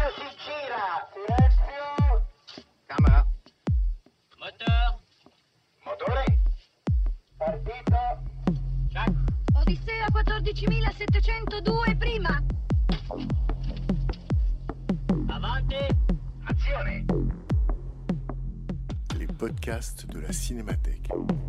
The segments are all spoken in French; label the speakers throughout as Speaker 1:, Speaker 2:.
Speaker 1: si gira. Silenzio.
Speaker 2: Camera.
Speaker 3: Moteur.
Speaker 1: Motore. Partito.
Speaker 3: Check.
Speaker 4: Odissea 14.702 prima.
Speaker 3: Avanti.
Speaker 1: Azione.
Speaker 5: Les podcasts de la Cinémathèque.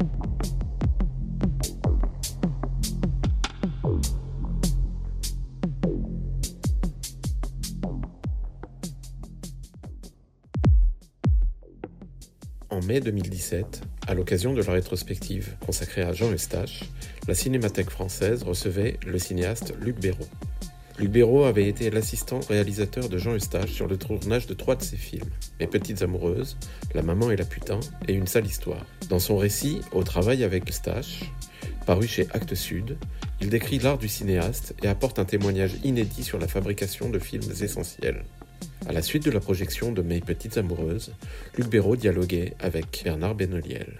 Speaker 6: En mai 2017, à l'occasion de la rétrospective consacrée à Jean Eustache, la Cinémathèque française recevait le cinéaste Luc Béraud. Luc Béraud avait été l'assistant réalisateur de Jean Eustache sur le tournage de 3 de ses films, Mes petites amoureuses, La maman et la putain et Une sale histoire. Dans son récit, Au travail avec Eustache, paru chez Actes Sud, il décrit l'art du cinéaste et apporte un témoignage inédit sur la fabrication de films essentiels. À la suite de la projection de Mes petites amoureuses, Luc Béraud dialoguait avec Bernard Benoliel.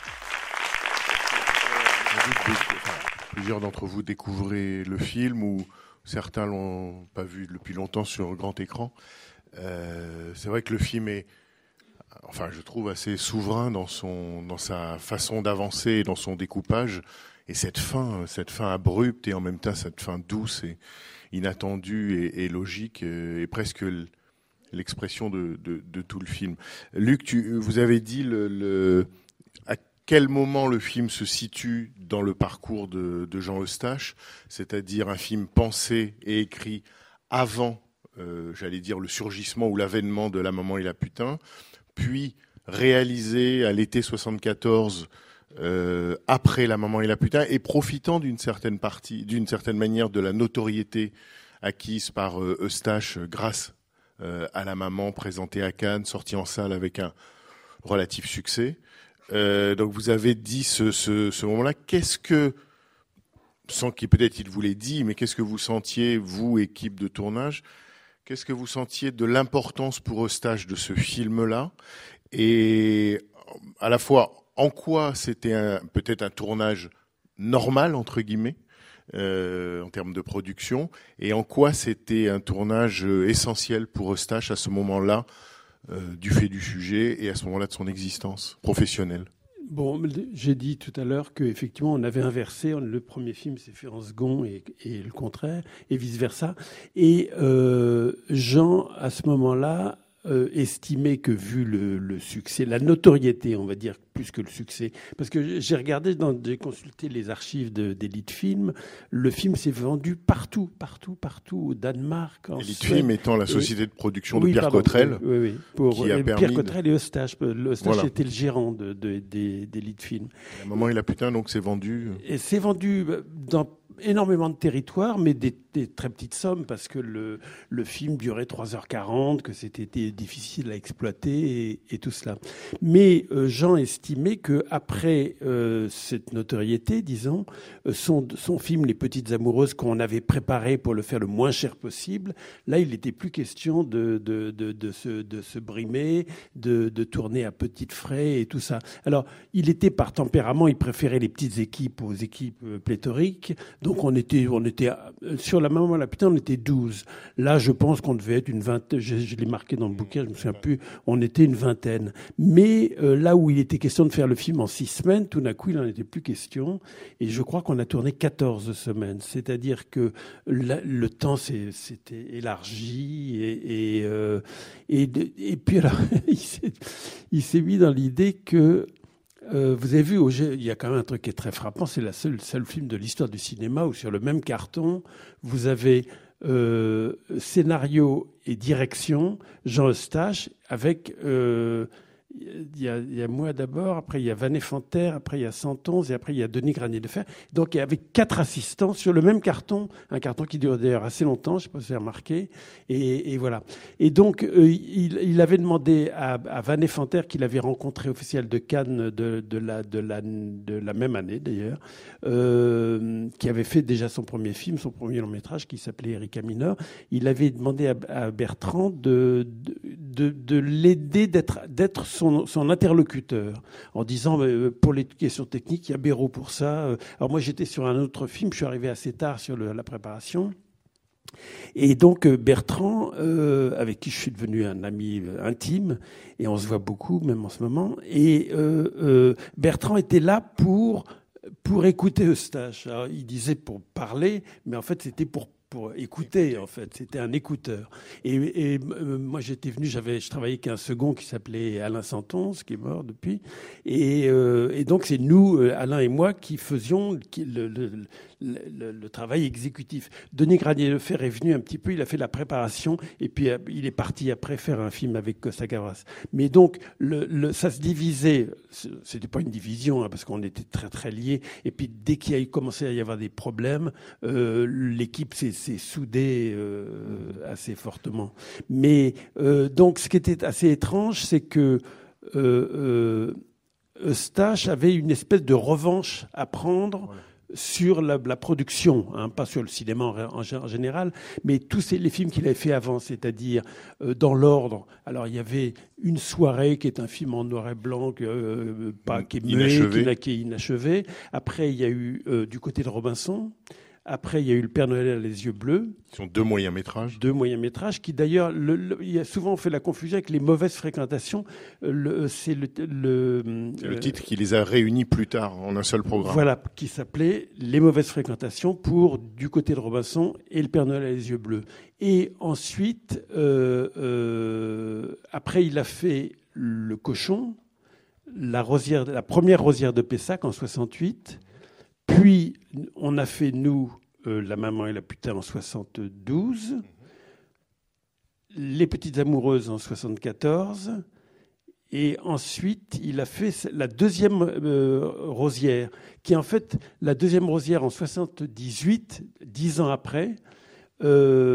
Speaker 5: Plusieurs d'entre vous découvrez le film ou certains l'ont pas vu depuis longtemps sur grand écran. C'est vrai que le film est, je trouve assez souverain dans sa façon d'avancer et dans son découpage. Et cette fin abrupte et en même temps cette fin douce et inattendue et logique est presque l'expression de tout le film. Luc, vous avez dit à quel moment le film se situe dans le parcours de Jean Eustache, c'est-à-dire un film pensé et écrit avant, le surgissement ou l'avènement de La maman et la putain, puis réalisé à l'été 74 après La maman et la putain, et profitant d'une certaine manière de la notoriété acquise par Eustache grâce à La maman, présentée à Cannes, sortie en salle avec un relatif succès. Donc vous avez dit ce moment-là. Qu'est-ce que, sans qu'il peut-être il vous l'ait dit, mais qu'est-ce que vous sentiez, vous, équipe de tournage, qu'est-ce que vous sentiez de l'importance pour Eustache de ce film-là, et à la fois en quoi c'était peut-être un tournage normal entre guillemets en termes de production, et en quoi c'était un tournage essentiel pour Eustache à ce moment-là, du fait du sujet et à ce moment-là de son existence professionnelle.
Speaker 7: Bon, j'ai dit tout à l'heure qu'effectivement on avait inversé. Le premier film s'est fait en second et le contraire, et vice-versa. Et Jean, à ce moment-là, estimait que vu le succès, la notoriété, on va dire, plus que le succès, parce que j'ai consulté les archives d'Elite Film, le film s'est vendu partout, au Danemark, en
Speaker 5: Elite
Speaker 7: Suède.
Speaker 5: Film étant la société de production de Pierre Cottrell,
Speaker 7: pour
Speaker 5: qui a permis
Speaker 7: Pierre Cottrell et Eustache. Eustache était le gérant d'Elite Film.
Speaker 5: La maman et la putain, donc c'est vendu.
Speaker 7: Et c'est vendu dans énormément de territoires, mais des très petites sommes, parce que le film durait 3h40, que c'était difficile à exploiter et tout cela. Mais Jean estimait qu'après cette notoriété, disons, son film Les petites amoureuses, qu'on avait préparé pour le faire le moins cher possible, là il n'était plus question de se brimer, de tourner à petites frais et tout ça. Alors il était par tempérament, il préférait les petites équipes aux équipes pléthoriques. Donc on était sur La maman et la putain, on était 12. Là, je pense qu'on devait être une vingtaine. Je l'ai marqué dans le bouquin, je me souviens plus. On était une vingtaine. Mais là où il était question de faire le film en 6 semaines, tout d'un coup, il n'en était plus question. Et je crois qu'on a tourné 14 semaines. C'est-à-dire que le temps s'était élargi et puis alors, il s'est mis dans l'idée que vous avez vu, il y a quand même un truc qui est très frappant, c'est le seul film de l'histoire du cinéma où sur le même carton, vous avez scénario et direction, Jean Eustache, avec il y a moi d'abord, après il y a Van Effanter, après il y a 111 et après il y a Denis Granier-Defer. Donc avec 4 assistants sur le même carton, un carton qui dure d'ailleurs assez longtemps, je ne sais pas si vous avez remarqué, et voilà. Et donc il avait demandé à Van Effanter, qu'il avait rencontré au Festival de Cannes de la même année d'ailleurs, qui avait fait déjà son premier film, son premier long métrage qui s'appelait Erika Minor. Il avait demandé à Bertrand de l'aider, d'être son interlocuteur, en disant pour les questions techniques, il y a Béraud pour ça. Alors moi j'étais sur un autre film, je suis arrivé assez tard sur la préparation. Et donc Bertrand, avec qui je suis devenu un ami intime, et on se voit beaucoup, même en ce moment, et Bertrand était là pour écouter Eustache. Alors, il disait pour parler, mais en fait c'était pour écouter, en fait. C'était un écouteur. Et moi, j'étais venu, je travaillais avec un second qui s'appelait Alain Santonce, qui est mort depuis. Et donc, c'est nous, Alain et moi, qui faisions le travail exécutif. Denis Granier-Lefer est venu un petit peu, il a fait la préparation, et puis il est parti après faire un film avec Costa Gavras. Mais donc, ça se divisait, c'était pas une division, hein, parce qu'on était très, très liés. Et puis, dès qu'il a commencé à y avoir des problèmes, l'équipe s'est soudée assez fortement. Mais donc, ce qui était assez étrange, c'est que Eustache avait une espèce de revanche à prendre. Voilà. Sur la production, hein, pas sur le cinéma en général, mais tous les films qu'il avait fait avant, c'est-à-dire dans l'ordre. Alors il y avait Une soirée, qui est un film en noir et blanc, qui est muet, qui est inachevé. Après il y a eu Du côté de Robinson. Après, il y a eu Le Père Noël a les yeux bleus.
Speaker 5: Ce sont 2 moyens-métrages.
Speaker 7: 2 moyens-métrages qui, d'ailleurs, il y a souvent fait la confusion avec Les mauvaises fréquentations. C'est le
Speaker 5: titre qui les a réunis plus tard en un seul programme.
Speaker 7: Voilà, qui s'appelait Les mauvaises fréquentations pour Du côté de Robinson et Le Père Noël a les yeux bleus. Et ensuite, après, il a fait Le Cochon, la première Rosière de Pessac en 68. Puis, on a fait, nous, La maman et la putain en 72, Les petites amoureuses en 74, et ensuite, il a fait la deuxième Rosière, qui est en fait la deuxième Rosière en 78, 10 ans après. Tout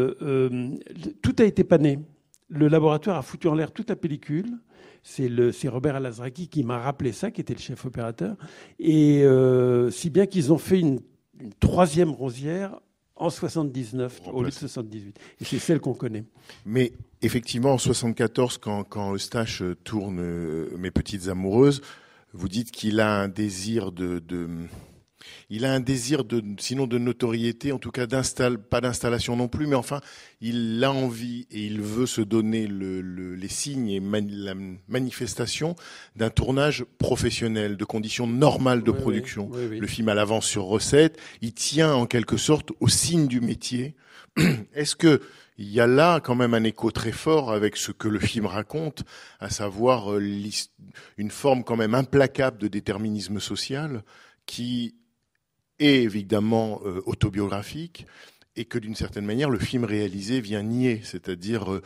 Speaker 7: a été pané. Le laboratoire a foutu en l'air toute la pellicule. C'est Robert Alazraki qui m'a rappelé ça, qui était le chef opérateur. Et si bien qu'ils ont fait une troisième Rosière en 79 au lieu de 78. Et c'est celle qu'on connaît.
Speaker 5: Mais effectivement, en 74, quand Eustache tourne Mes petites amoureuses, vous dites qu'il a un désir il a un désir sinon de notoriété, en tout cas pas d'installation non plus, mais enfin, il a envie et il veut se donner les signes et la manifestation d'un tournage professionnel, de conditions normales de production. Oui. Le film à l'avance sur recette, il tient en quelque sorte aux signes du métier. Est-ce que il y a là quand même un écho très fort avec ce que le film raconte, à savoir une forme quand même implacable de déterminisme social qui est évidemment autobiographique et que d'une certaine manière le film réalisé vient nier, c'est-à-dire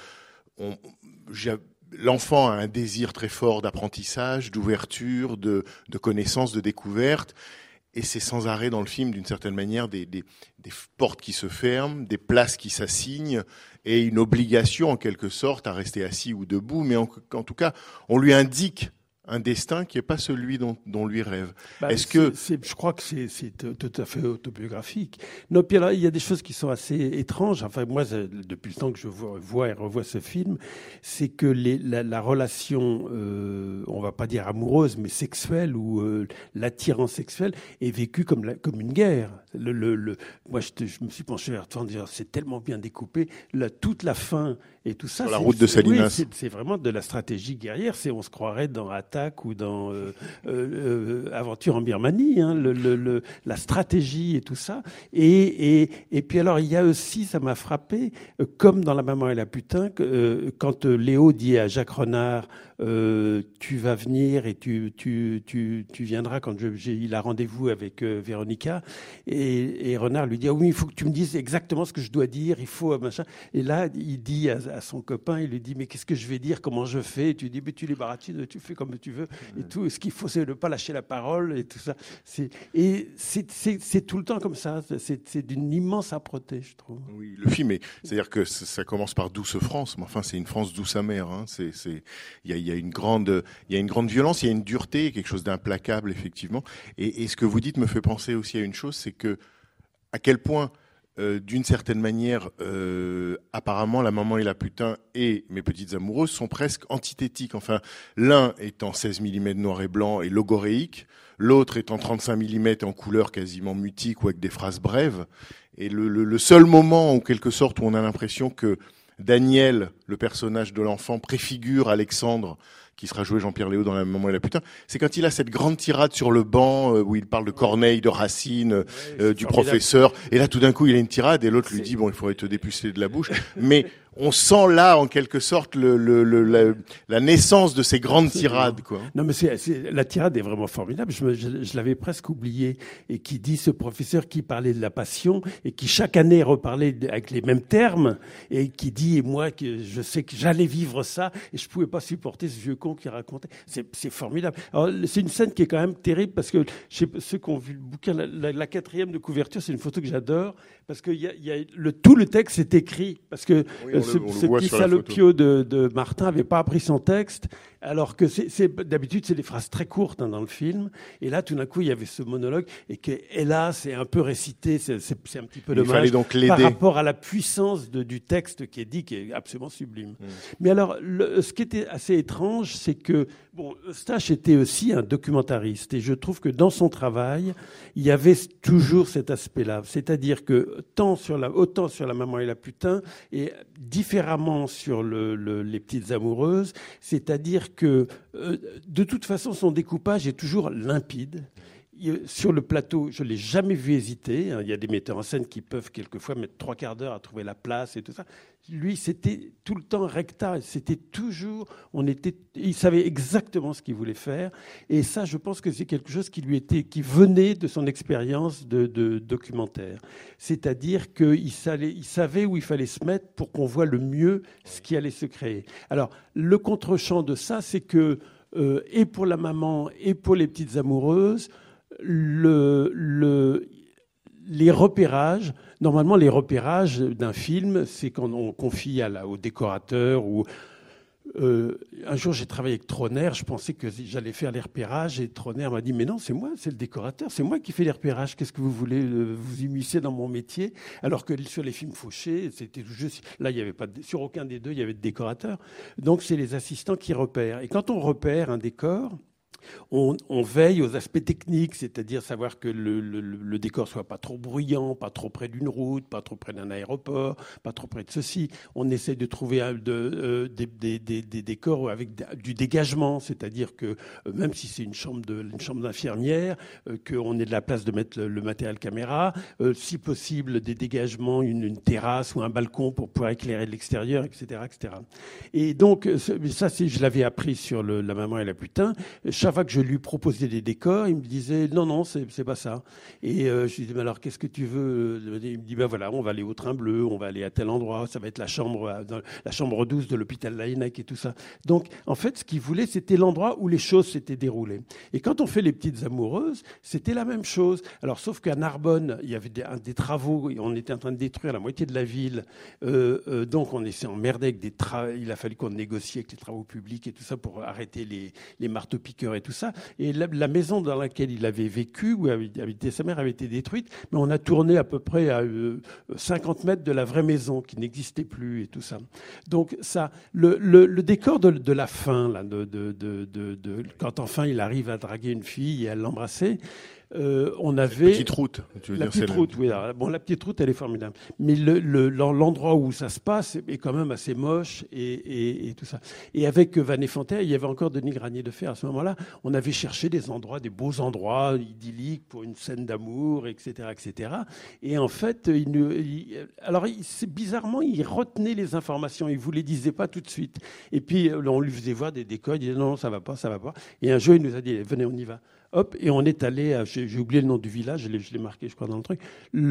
Speaker 5: l'enfant a un désir très fort d'apprentissage, d'ouverture, de connaissance, de découverte, et c'est sans arrêt dans le film d'une certaine manière des portes qui se ferment, des places qui s'assignent et une obligation en quelque sorte à rester assis ou debout, mais en tout cas on lui indique un destin qui n'est pas celui dont lui rêve.
Speaker 7: Je crois que c'est tout à fait autobiographique. Non, puis alors, il y a des choses qui sont assez étranges. Enfin, moi, depuis le temps que je vois et revois ce film, c'est que la relation, on va pas dire amoureuse, mais sexuelle, ou l'attirance sexuelle, est vécue comme une guerre. Moi, je me suis penché vers toi en disant, c'est tellement bien découpé. Toute la fin et tout ça.
Speaker 5: Sur la route de Salinas.
Speaker 7: Oui, c'est vraiment de la stratégie guerrière. On se croirait dans Attaque ou dans Aventure en Birmanie, hein, la stratégie et tout ça. Et puis alors, il y a aussi, ça m'a frappé, comme dans La maman et la putain, quand Léo dit à Jacques Renard, tu vas venir et tu viendra quand il a rendez-vous avec Véronica, et Renard lui dit, oui, il faut que tu me dises exactement ce que je dois dire, il faut machin. Et là, il dit à son copain, il lui dit, mais qu'est-ce que je vais dire, comment je fais? Et tu dis, mais tu les baratines, tu fais comme tu veux, et tout. Ce qu'il faut, c'est ne pas lâcher la parole et tout ça. C'est tout le temps comme ça. C'est d'une immense âpreté, je trouve.
Speaker 5: Oui, le film c'est-à-dire que ça commence par Douce France, mais enfin, c'est une France douce amère, hein. Il y a une grande violence, il y a une dureté, quelque chose d'implacable, effectivement. Et ce que vous dites me fait penser aussi à une chose, c'est que, à quel point, d'une certaine manière, apparemment, La maman et la putain et Mes petites amoureuses sont presque antithétiques. Enfin, l'un étant 16 mm noir et blanc et logoréique, l'autre est en 35 mm en couleur quasiment mutique ou avec des phrases brèves. Et le seul moment, en quelque sorte, où on a l'impression que Daniel, le personnage de l'enfant, préfigure Alexandre, qui sera joué Jean-Pierre Léaud dans La Maman et la putain, c'est quand il a cette grande tirade sur le banc où il parle de Corneille, de Racine, du professeur. Et là, tout d'un coup, il a une tirade et l'autre lui dit bon, il faudrait te dépuceler de la bouche. Mais on sent là, en quelque sorte, la naissance de ces grandes tirades, quoi.
Speaker 7: Non, mais la tirade est vraiment formidable. Je l'avais presque oublié. Et qui dit ce professeur qui parlait de la passion et qui chaque année reparlait avec les mêmes termes et qui dit, et moi, que je sais que j'allais vivre ça et je pouvais pas supporter ce vieux con qui racontait. C'est formidable. Alors, c'est une scène qui est quand même terrible parce que ceux qui ont vu le bouquin, la quatrième de couverture, c'est une photo que j'adore parce que tout le texte est écrit parce que ce petit salopio de Martin avait pas appris son texte, alors que d'habitude c'est des phrases très courtes dans le film, et là tout d'un coup il y avait ce monologue et là c'est un peu récité, c'est un petit peu dommage
Speaker 5: donc
Speaker 7: par rapport à la puissance du texte qui est dit, qui est absolument sublime. Mais alors ce qui était assez étrange, c'est que Eustache était aussi un documentariste, et je trouve que dans son travail il y avait toujours cet aspect-là, c'est-à-dire que autant sur la Maman et la putain et différemment sur les Petites amoureuses, c'est-à-dire que de toute façon son découpage est toujours limpide. Sur le plateau, je ne l'ai jamais vu hésiter. Il y a des metteurs en scène qui peuvent quelquefois mettre 3/4 d'heure à trouver la place et tout ça. Lui, c'était tout le temps recta. C'était toujours, il savait exactement ce qu'il voulait faire. Et ça, je pense que c'est quelque chose qui venait de son expérience de documentaire. C'est-à-dire qu'il savait où il fallait se mettre pour qu'on voit le mieux ce qui allait se créer. Alors, le contre-champ de ça, c'est que, et pour la maman et pour les Petites amoureuses, les repérages, normalement les repérages d'un film, c'est quand on confie au décorateur ou un jour j'ai travaillé avec Troner, je pensais que j'allais faire les repérages et Troner m'a dit mais non, c'est moi, c'est le décorateur, c'est moi qui fais les repérages, qu'est-ce que vous voulez vous immiscer dans mon métier, alors que sur les films Fauché, c'était juste là il y avait pas sur aucun des deux il y avait de décorateur, donc c'est les assistants qui repèrent, et quand on repère un décor, on veille aux aspects techniques, c'est-à-dire savoir que le décor soit pas trop bruyant, pas trop près d'une route, pas trop près d'un aéroport, pas trop près de ceci. On essaie de trouver des décors avec du dégagement, c'est-à-dire que même si c'est une chambre d'infirmière, qu'on ait de la place de mettre le matériel caméra, si possible des dégagements, une terrasse ou un balcon pour pouvoir éclairer de l'extérieur, etc., etc. Et donc ça, je l'avais appris sur La Maman et la putain. Chaque fois que je lui proposais des décors, il me disait non, c'est pas ça. Et je lui disais mais alors qu'est-ce que tu veux? Il me dit ben voilà, on va aller au Train Bleu, on va aller à tel endroit, ça va être la chambre 12 de l'hôpital Laënnec et tout ça. Donc en fait, ce qu'il voulait, c'était l'endroit où les choses s'étaient déroulées. Et quand on fait Les Petites amoureuses, c'était la même chose. Alors sauf qu'à Narbonne, il y avait des travaux, on était en train de détruire la moitié de la ville, donc on s'est emmerdé avec il a fallu qu'on négocie avec les travaux publics et tout ça pour arrêter les marteaux-piqueurs et tout ça. Et la maison dans laquelle il avait vécu, où habitait sa mère, avait été détruite, mais on a tourné à peu près à 50 mètres de la vraie maison qui n'existait plus et tout ça. Donc ça, le décor de la fin, là, quand enfin il arrive à draguer une fille et à l'embrasser, on avait...
Speaker 5: La petite route, tu veux
Speaker 7: la
Speaker 5: dire.
Speaker 7: Petite route, oui. Alors, bon, la petite route, elle est formidable. Mais l'endroit où ça se passe est quand même assez moche et tout ça. Et avec Van Effanter, il y avait encore Denis Granier de Fer à ce moment-là. On avait cherché des beaux endroits idylliques pour une scène d'amour, etc., etc. Et en fait, bizarrement, il retenait les informations. Il vous les disait pas tout de suite. Et puis, on lui faisait voir des décors. Il disait non, ça va pas, ça va pas. Et un jour, il nous a dit venez, on y va. Hop, et on est allé, j'ai oublié le nom du village, je l'ai marqué, je crois, dans le truc.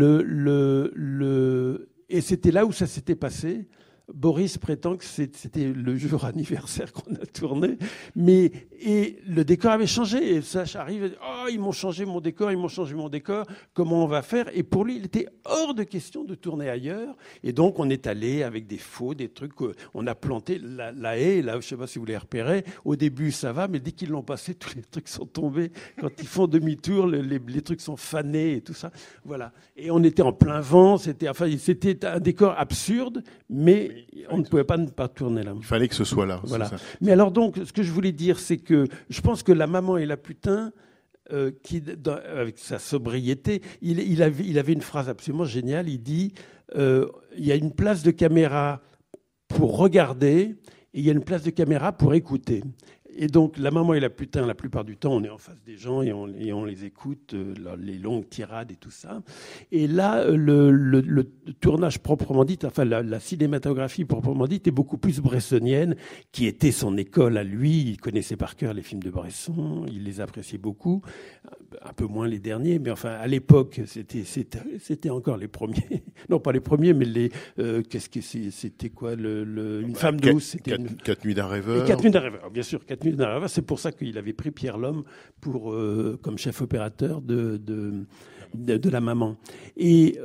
Speaker 7: Et c'était là où ça s'était passé. Boris prétend que c'était le jour anniversaire qu'on a tourné, et le décor avait changé. Et ça arrive, ils m'ont changé mon décor, comment on va faire? Et pour lui, il était hors de question de tourner ailleurs. Et donc, on est allé avec des trucs, on a planté la haie, là, je sais pas si vous les repérez. Au début, ça va, mais dès qu'ils l'ont passé, tous les trucs sont tombés. Quand ils font demi-tour, les trucs sont fanés et tout ça. Voilà. Et on était en plein vent, c'était un décor absurde, mais on ne pouvait pas ne pas tourner là.
Speaker 5: Il fallait que ce soit là.
Speaker 7: Voilà. Mais alors donc, ce que je voulais dire, c'est que je pense que La Maman et la putain, avec sa sobriété, il avait une phrase absolument géniale. Il dit il y a une place de caméra pour regarder et il y a une place de caméra pour écouter. Et donc, la maman et la putain, la plupart du temps, on est en face des gens et on les écoute, les longues tirades et tout ça. Et là, le tournage proprement dit, enfin la cinématographie proprement dite, est beaucoup plus bressonienne, qui était son école à lui. Il connaissait par cœur les films de Bresson, il les appréciait beaucoup, un peu moins les derniers, mais enfin, à l'époque, c'était encore les premiers. Non, pas les premiers, mais c'était quoi Une femme douce, c'était
Speaker 5: Quatre nuits d'un rêveur.
Speaker 7: 4 nuits d'un rêveur, bien sûr. 4 nuits d'un rêveur, c'est pour ça qu'il avait pris Pierre Lhomme comme chef opérateur de la maman. Et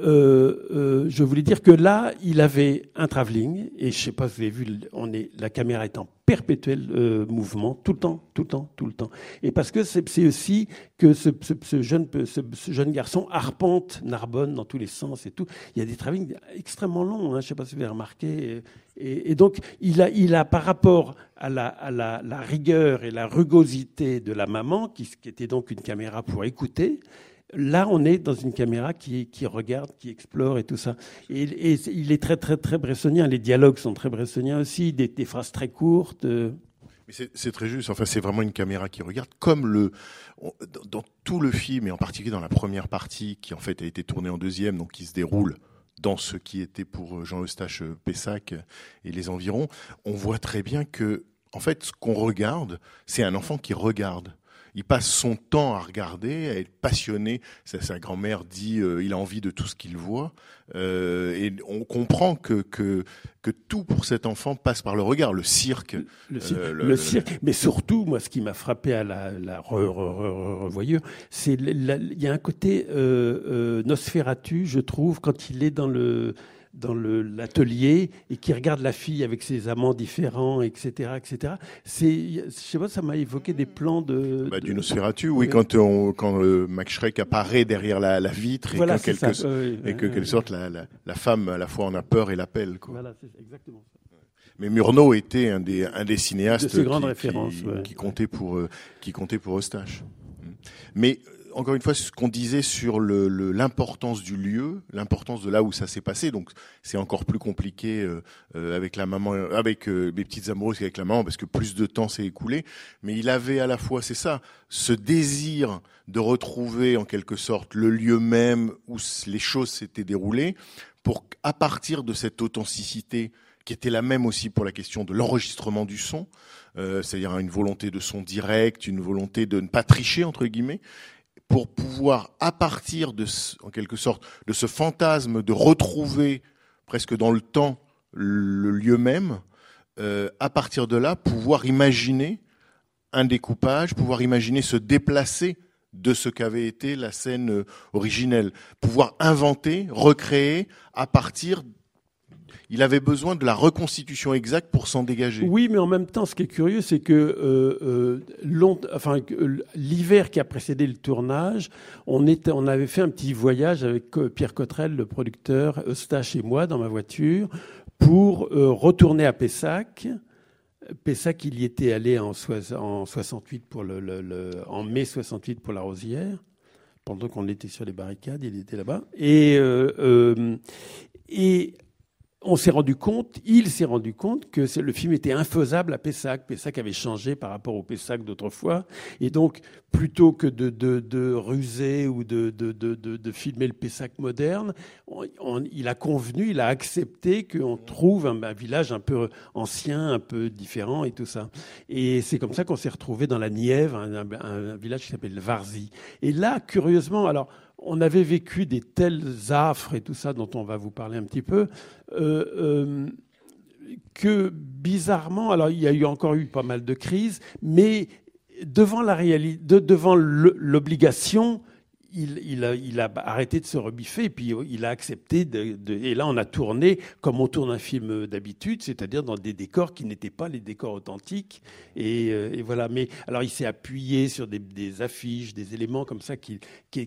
Speaker 7: je voulais dire que là, il avait un travelling, et je ne sais pas si vous avez vu, la caméra est en perpétuel mouvement, tout le temps. Et parce que c'est aussi que ce jeune garçon arpente Narbonne dans tous les sens et tout. Il y a des travellings extrêmement longs, je ne sais pas si vous avez remarqué. Et donc, il a par rapport à la rigueur et la rugosité de la maman, qui était donc une caméra pour écouter, là, on est dans une caméra qui regarde, qui explore et tout ça. Et il est très, très, très bressonien. Les dialogues sont très bressoniens aussi, des phrases très courtes.
Speaker 5: Mais c'est très juste. Enfin, c'est vraiment une caméra qui regarde, comme dans tout le film, et en particulier dans la première partie, qui en fait a été tournée en deuxième, donc qui se déroule dans ce qui était pour Jean-Eustache Pessac et les environs. On voit très bien que, en fait, ce qu'on regarde, c'est un enfant qui regarde. Il passe son temps à regarder, à être passionné. Sa grand-mère dit il a envie de tout ce qu'il voit. Et on comprend que tout pour cet enfant passe par le regard. Le cirque.
Speaker 7: Le cirque. Mais surtout, moi, ce qui m'a frappé à la revoyure, c'est il y a un côté Nosferatu, je trouve, quand il est dans l'atelier et qui regarde la fille avec ses amants différents, etc., etc. Je sais pas, ça m'a évoqué des plans
Speaker 5: du Nosferatu, oui, quand Max Schreck apparaît derrière la vitre et
Speaker 7: voilà,
Speaker 5: quelque sorte la femme à la fois en a peur et l'appelle, quoi.
Speaker 7: Voilà, c'est exactement ça.
Speaker 5: Mais Murnau était un des cinéastes qui comptait pour Eustache. Mais encore une fois, ce qu'on disait sur l'importance du lieu, l'importance de là où ça s'est passé. Donc, c'est encore plus compliqué avec la maman, avec mes petites amoureuses qu'avec la maman, parce que plus de temps s'est écoulé. Mais il avait à la fois, c'est ça, ce désir de retrouver en quelque sorte le lieu même où les choses s'étaient déroulées, pour à partir de cette authenticité qui était la même aussi pour la question de l'enregistrement du son, c'est-à-dire une volonté de son direct, une volonté de ne pas tricher entre guillemets, pour pouvoir, à partir en quelque sorte, de ce fantasme de retrouver presque dans le temps le lieu même, à partir de là, pouvoir imaginer un découpage, pouvoir imaginer se déplacer de ce qu'avait été la scène originelle, pouvoir inventer, recréer à partir. Il avait besoin de la reconstitution exacte pour s'en dégager.
Speaker 7: Oui, mais en même temps, ce qui est curieux, c'est que l'hiver qui a précédé le tournage, on avait fait un petit voyage avec Pierre Cottrell, le producteur, Eustache et moi, dans ma voiture, pour retourner à Pessac. Pessac, il y était allé en 68 en mai 68 pour la Rosière. Pendant qu'on était sur les barricades, il était là-bas. Et il s'est rendu compte que le film était infaisable à Pessac. Pessac avait changé par rapport au Pessac d'autrefois. Et donc, plutôt que de ruser ou de filmer le Pessac moderne, il a accepté qu'on trouve un village un peu ancien, un peu différent et tout ça. Et c'est comme ça qu'on s'est retrouvé dans la Nièvre, un village qui s'appelle Varzy. Et là, curieusement, alors, on avait vécu des tels affres et tout ça dont on va vous parler un petit peu, que bizarrement, alors il y a encore eu pas mal de crises, mais devant la réalité, devant l'obligation, il a arrêté de se rebiffer et puis il a accepté et là on a tourné comme on tourne un film d'habitude, c'est-à-dire dans des décors qui n'étaient pas les décors authentiques et voilà. Mais alors il s'est appuyé sur des affiches, des éléments comme ça qui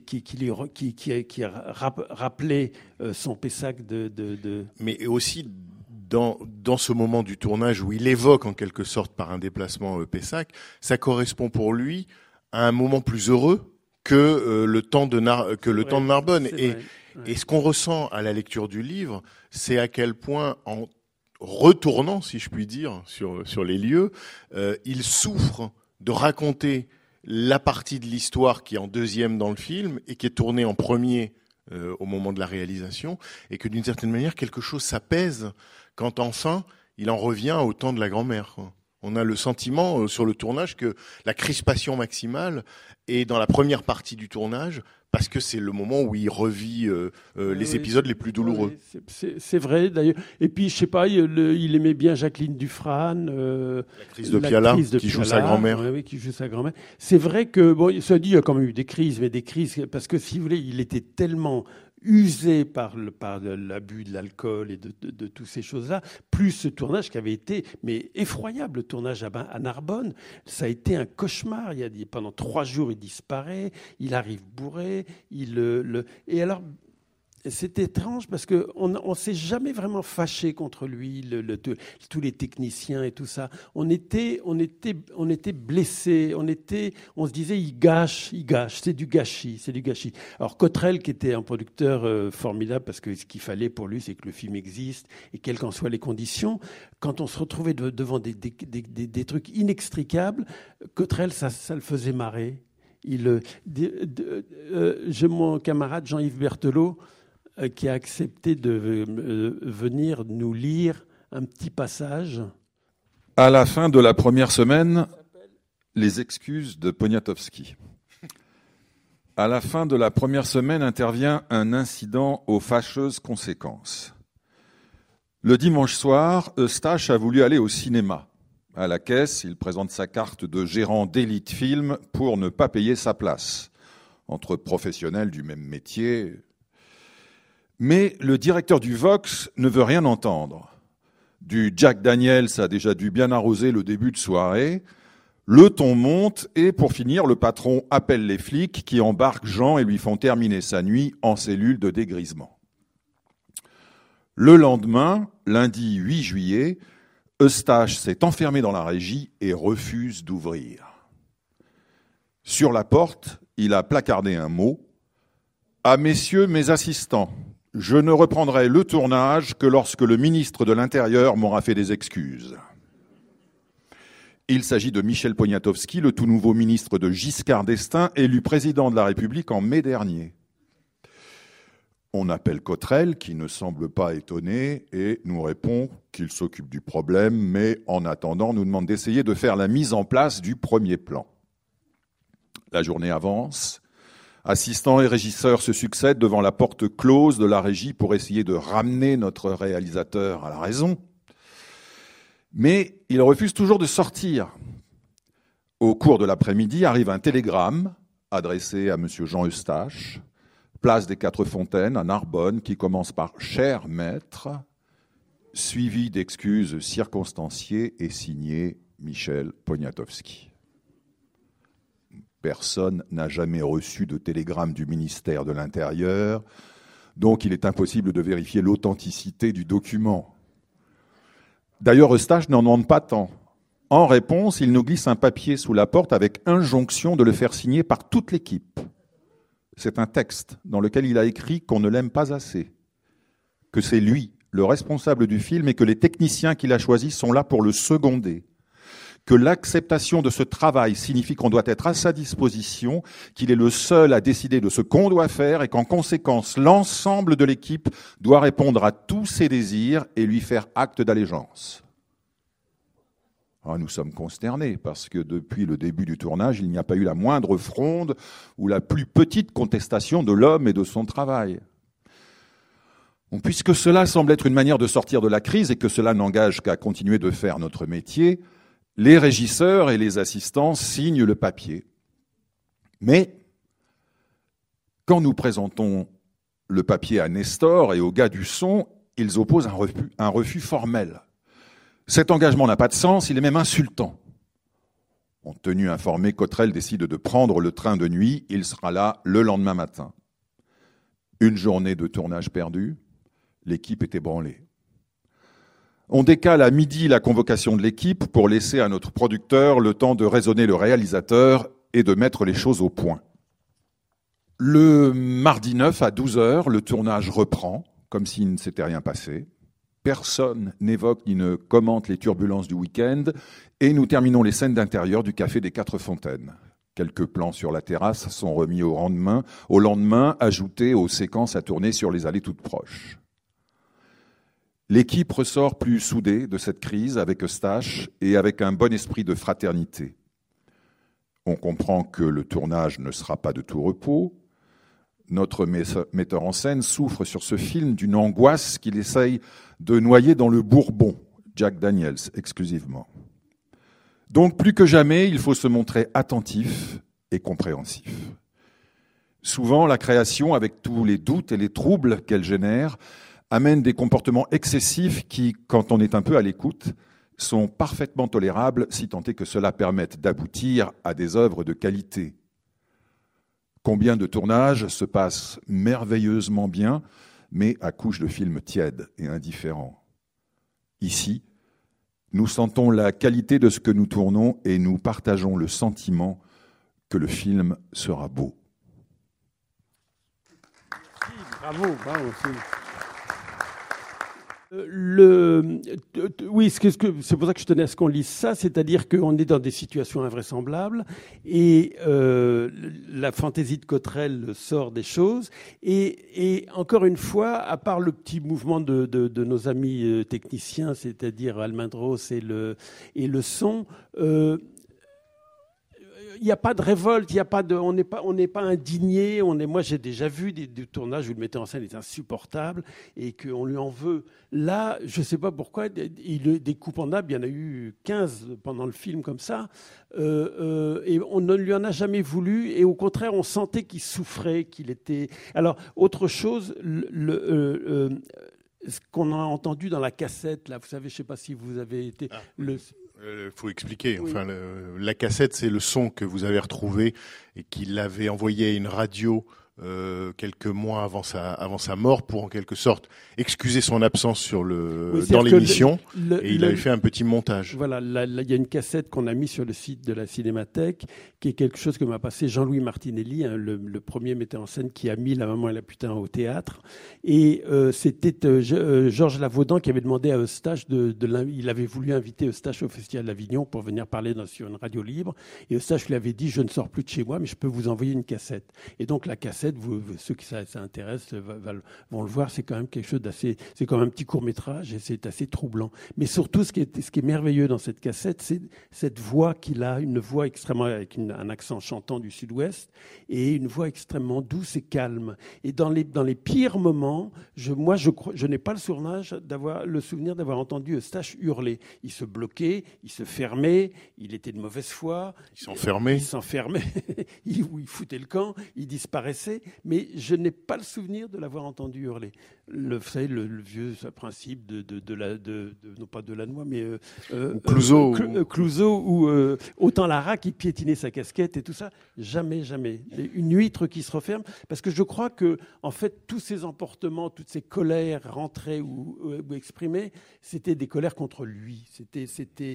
Speaker 7: rappelaient son Pessac
Speaker 5: Mais aussi dans ce moment du tournage où il évoque en quelque sorte par un déplacement Pessac, ça correspond pour lui à un moment plus heureux que le temps de Narbonne.
Speaker 7: C'est vrai.
Speaker 5: Et ce qu'on ressent à la lecture du livre, c'est à quel point, en retournant, si je puis dire, sur les lieux, il souffre de raconter la partie de l'histoire qui est en deuxième dans le film et qui est tournée en premier au moment de la réalisation, et que d'une certaine manière, quelque chose s'apaise quand enfin il en revient au temps de la grand-mère, quoi. On a le sentiment sur le tournage que la crispation maximale est dans la première partie du tournage, parce que c'est le moment où il revit les épisodes les plus douloureux.
Speaker 7: Oui, c'est vrai, d'ailleurs. Et puis, je sais pas, il aimait bien Jacqueline Dufresne.
Speaker 5: L'actrice de Piala, qui joue sa grand-mère.
Speaker 7: Oui, qui joue sa grand-mère. C'est vrai que, bon, ça dit, il y a quand même eu des crises, parce que, si vous voulez, il était tellement usé par l'abus de l'alcool et de toutes ces choses-là, plus ce tournage qui avait été, mais effroyable, le tournage à Narbonne, ça a été un cauchemar. Pendant 3 jours, il disparaît, il arrive bourré, et alors, c'est étrange parce qu'on s'est jamais vraiment fâché contre lui, tous les techniciens et tout ça. On était blessés, on se disait il gâche, c'est du gâchis. Alors Cottrell, qui était un producteur formidable, parce que ce qu'il fallait pour lui, c'est que le film existe et quelles qu'en soient les conditions. Quand on se retrouvait devant des trucs inextricables, Cottrell, ça le faisait marrer. J'ai mon camarade Jean-Yves Berthelot, qui a accepté de venir nous lire un petit passage.
Speaker 2: À la fin de la première semaine, les excuses de Poniatowski. À la fin de la première semaine intervient un incident aux fâcheuses conséquences. Le dimanche soir, Eustache a voulu aller au cinéma. À la caisse, il présente sa carte de gérant d'Elite Film pour ne pas payer sa place. Entre professionnels du même métier. Mais le directeur du Vox ne veut rien entendre. Du Jack Daniels a déjà dû bien arroser le début de soirée. Le ton monte et pour finir, le patron appelle les flics qui embarquent Jean et lui font terminer sa nuit en cellule de dégrisement. Le lendemain, lundi 8 juillet, Eustache s'est enfermé dans la régie et refuse d'ouvrir. Sur la porte, il a placardé un mot. « À messieurs mes assistants, je ne reprendrai le tournage que lorsque le ministre de l'Intérieur m'aura fait des excuses. » Il s'agit de Michel Poniatowski, le tout nouveau ministre de Giscard d'Estaing, élu président de la République en mai dernier. On appelle Cottrell, qui ne semble pas étonné, et nous répond qu'il s'occupe du problème, mais en attendant, nous demande d'essayer de faire la mise en place du premier plan. La journée avance. Assistants et régisseurs se succèdent devant la porte close de la régie pour essayer de ramener notre réalisateur à la raison. Mais il refuse toujours de sortir. Au cours de l'après-midi arrive un télégramme adressé à M. Jean Eustache, place des Quatre Fontaines à Narbonne, qui commence par « Cher maître », suivi d'excuses circonstanciées et signé Michel Poniatowski. Personne n'a jamais reçu de télégramme du ministère de l'Intérieur, donc il est impossible de vérifier l'authenticité du document. D'ailleurs, Eustache n'en demande pas tant. En réponse, il nous glisse un papier sous la porte avec injonction de le faire signer par toute l'équipe. C'est un texte dans lequel il a écrit qu'on ne l'aime pas assez, que c'est lui, le responsable du film, et que les techniciens qu'il a choisis sont là pour le seconder, que l'acceptation de ce travail signifie qu'on doit être à sa disposition, qu'il est le seul à décider de ce qu'on doit faire et qu'en conséquence, l'ensemble de l'équipe doit répondre à tous ses désirs et lui faire acte d'allégeance. Alors nous sommes consternés parce que depuis le début du tournage, il n'y a pas eu la moindre fronde ou la plus petite contestation de l'homme et de son travail. Bon, puisque cela semble être une manière de sortir de la crise et que cela n'engage qu'à continuer de faire notre métier, les régisseurs et les assistants signent le papier. Mais quand nous présentons le papier à Nestor et aux gars du son, ils opposent un refus formel. Cet engagement n'a pas de sens, il est même insultant. En tenue informée, Cottrell décide de prendre le train de nuit, il sera là le lendemain matin. Une journée de tournage perdue, l'équipe est ébranlée. On décale à midi la convocation de l'équipe pour laisser à notre producteur le temps de raisonner le réalisateur et de mettre les choses au point. Le mardi 9 à 12h, le tournage reprend, comme s'il ne s'était rien passé. Personne n'évoque ni ne commente les turbulences du week-end et nous terminons les scènes d'intérieur du Café des Quatre Fontaines. Quelques plans sur la terrasse sont remis au lendemain, ajoutés aux séquences à tourner sur les allées toutes proches. L'équipe ressort plus soudée de cette crise avec Eustache et avec un bon esprit de fraternité. On comprend que le tournage ne sera pas de tout repos. Notre metteur en scène souffre sur ce film d'une angoisse qu'il essaye de noyer dans le bourbon, Jack Daniels exclusivement. Donc plus que jamais, il faut se montrer attentif et compréhensif. Souvent, la création, avec tous les doutes et les troubles qu'elle génère, amène des comportements excessifs qui, quand on est un peu à l'écoute, sont parfaitement tolérables si tant est que cela permette d'aboutir à des œuvres de qualité. Combien de tournages se passent merveilleusement bien, mais accouchent de films tièdes et indifférents. Ici, nous sentons la qualité de ce que nous tournons et nous partageons le sentiment que le film sera beau.
Speaker 7: Bravo. Oui, c'est pour ça que je tenais à ce qu'on lise ça, c'est-à-dire qu'on est dans des situations invraisemblables et la fantaisie de Cottrell sort des choses et encore une fois, à part le petit mouvement de nos amis techniciens, c'est-à-dire Almendros et le son, il n'y a pas de révolte, on n'est pas indigné. Moi, j'ai déjà vu des tournages où le metteur en scène est insupportable et qu'on lui en veut. Là, je ne sais pas pourquoi, des coupes en nappe, il y en a eu 15 pendant le film comme ça, et on ne lui en a jamais voulu. Et au contraire, on sentait qu'il souffrait, qu'il était. Alors, autre chose, ce qu'on a entendu dans la cassette, là, vous savez, je ne sais pas si vous avez été.
Speaker 5: Faut expliquer.
Speaker 7: Oui.
Speaker 5: Enfin, la cassette, c'est le son que vous avez retrouvé et qu'il avait envoyé à une radio quelques mois avant sa mort pour en quelque sorte excuser son absence dans l'émission. Et il avait fait un petit montage.
Speaker 7: Voilà, il y a une cassette qu'on a mise sur le site de la Cinémathèque, qui est quelque chose que m'a passé Jean-Louis Martinelli, le premier metteur en scène qui a mis La Maman et la Putain au théâtre. Et c'était Georges Lavaudan qui avait demandé à Eustache il avait voulu inviter Eustache au Festival d'Avignon pour venir parler sur une radio libre. Et Eustache lui avait dit: je ne sors plus de chez moi, mais je peux vous envoyer une cassette. Et donc la cassette, ceux qui ça intéresse vont le voir, c'est quand même quelque chose d'assez, c'est comme un petit court-métrage et c'est assez troublant. Mais surtout, ce qui est merveilleux dans cette cassette, c'est cette voix qu'il a, une voix extrêmement, avec un accent chantant du Sud-Ouest et une voix extrêmement douce et calme. Et dans les pires moments, je n'ai pas le souvenir d'avoir entendu Eustache hurler. Il se bloquait, il se fermait, il était de mauvaise foi.
Speaker 5: Il s'enfermait.
Speaker 7: Il foutait le camp, il disparaissait. Mais je n'ai pas le souvenir de l'avoir entendu hurler. Vous savez, le vieux principe non pas de Lannoy, mais Clouseau ou autant Lara qui piétinait sa casquette et tout ça. Jamais. Une huître qui se referme, parce que je crois que en fait tous ces emportements, toutes ces colères rentrées ou exprimées, c'était des colères contre lui. C'était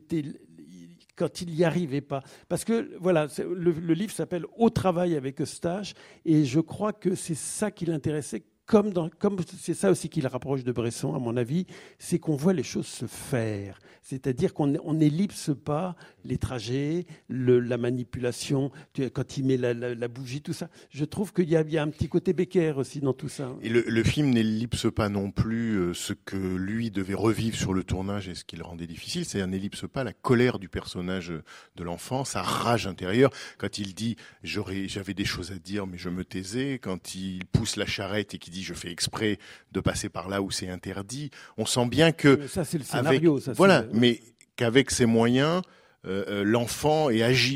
Speaker 7: quand il n'y arrivait pas. Parce que voilà, le livre s'appelle Au travail avec Eustache, et je crois que c'est ça qui l'intéressait. Comme c'est ça aussi qui le rapproche de Bresson, à mon avis, c'est qu'on voit les choses se faire. C'est-à-dire qu'on n'ellipse pas les trajets, la manipulation, quand il met la bougie, tout ça. Je trouve qu'il y a un petit côté Becker aussi dans tout ça.
Speaker 5: Et le film n'ellipse pas non plus ce que lui devait revivre sur le tournage et ce qui le rendait difficile. C'est-à-dire n'ellipse pas la colère du personnage de l'enfant, sa rage intérieure. Quand il dit « j'avais des choses à dire, mais je me taisais », quand il pousse la charrette et qu'il dit « je fais exprès de passer par là où c'est interdit », on sent bien que...
Speaker 7: Ça, c'est le scénario.
Speaker 5: Mais qu'avec ses moyens, l'enfant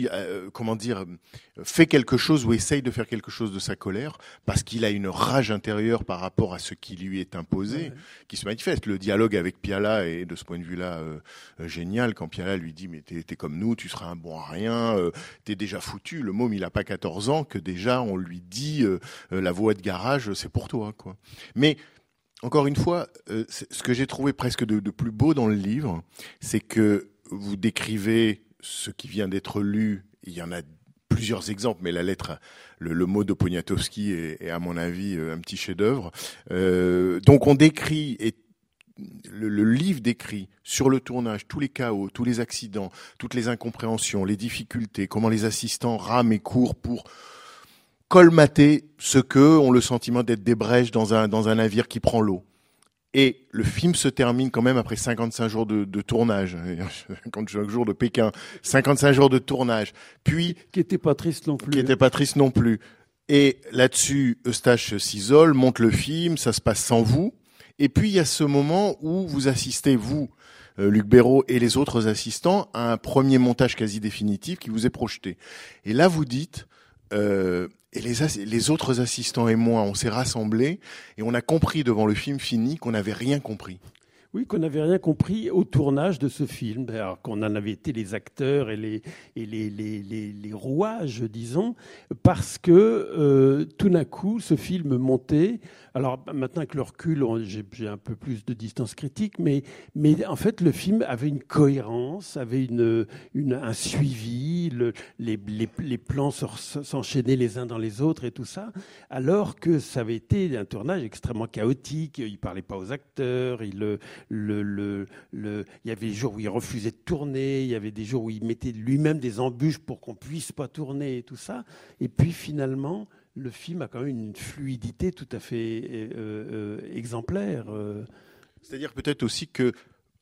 Speaker 5: fait quelque chose ou essaye de faire quelque chose de sa colère parce qu'il a une rage intérieure par rapport à ce qui lui est imposé, qui se manifeste. Le dialogue avec Piala est de ce point de vue-là génial, quand Piala lui dit « mais t'es comme nous, tu seras un bon à rien, t'es déjà foutu ». Le môme, il a pas 14 ans que déjà on lui dit la voie de garage, c'est pour toi, quoi. Mais encore une fois, ce que j'ai trouvé presque de plus beau dans le livre, c'est que vous décrivez ce qui vient d'être lu. Il y en a plusieurs exemples, mais la lettre, le mot de Poniatowski est à mon avis un petit chef-d'œuvre. Donc on décrit et le livre décrit sur le tournage tous les chaos, tous les accidents, toutes les incompréhensions, les difficultés, comment les assistants rament et courent pour colmater ce que ont le sentiment d'être des brèches dans un navire qui prend l'eau. Et le film se termine quand même après 55 jours de tournage, 55 jours de Pékin, 55 jours de tournage. Puis
Speaker 7: qui était pas triste non plus.
Speaker 5: Et là-dessus, Eustache s'isole, monte le film, ça se passe sans vous. Et puis il y a ce moment où vous assistez, vous, Luc Béraud et les autres assistants, à un premier montage quasi définitif qui vous est projeté. Et là, vous dites, et les autres assistants et moi, on s'est rassemblés et on a compris devant le film fini qu'on n'avait rien compris.
Speaker 7: Oui, qu'on n'avait rien compris au tournage de ce film, alors qu'on en avait été les acteurs et les rouages, disons, parce que tout d'un coup, ce film montait. Alors maintenant, avec le recul, j'ai un peu plus de distance critique, mais en fait, le film avait une cohérence, avait un suivi, les plans s'enchaînaient les uns dans les autres et tout ça, alors que ça avait été un tournage extrêmement chaotique. Il parlait pas aux acteurs, il y avait des jours où il refusait de tourner, il y avait des jours où il mettait lui-même des embûches pour qu'on puisse pas tourner et tout ça. Et puis finalement, le film a quand même une fluidité tout à fait exemplaire.
Speaker 5: C'est-à-dire peut-être aussi que,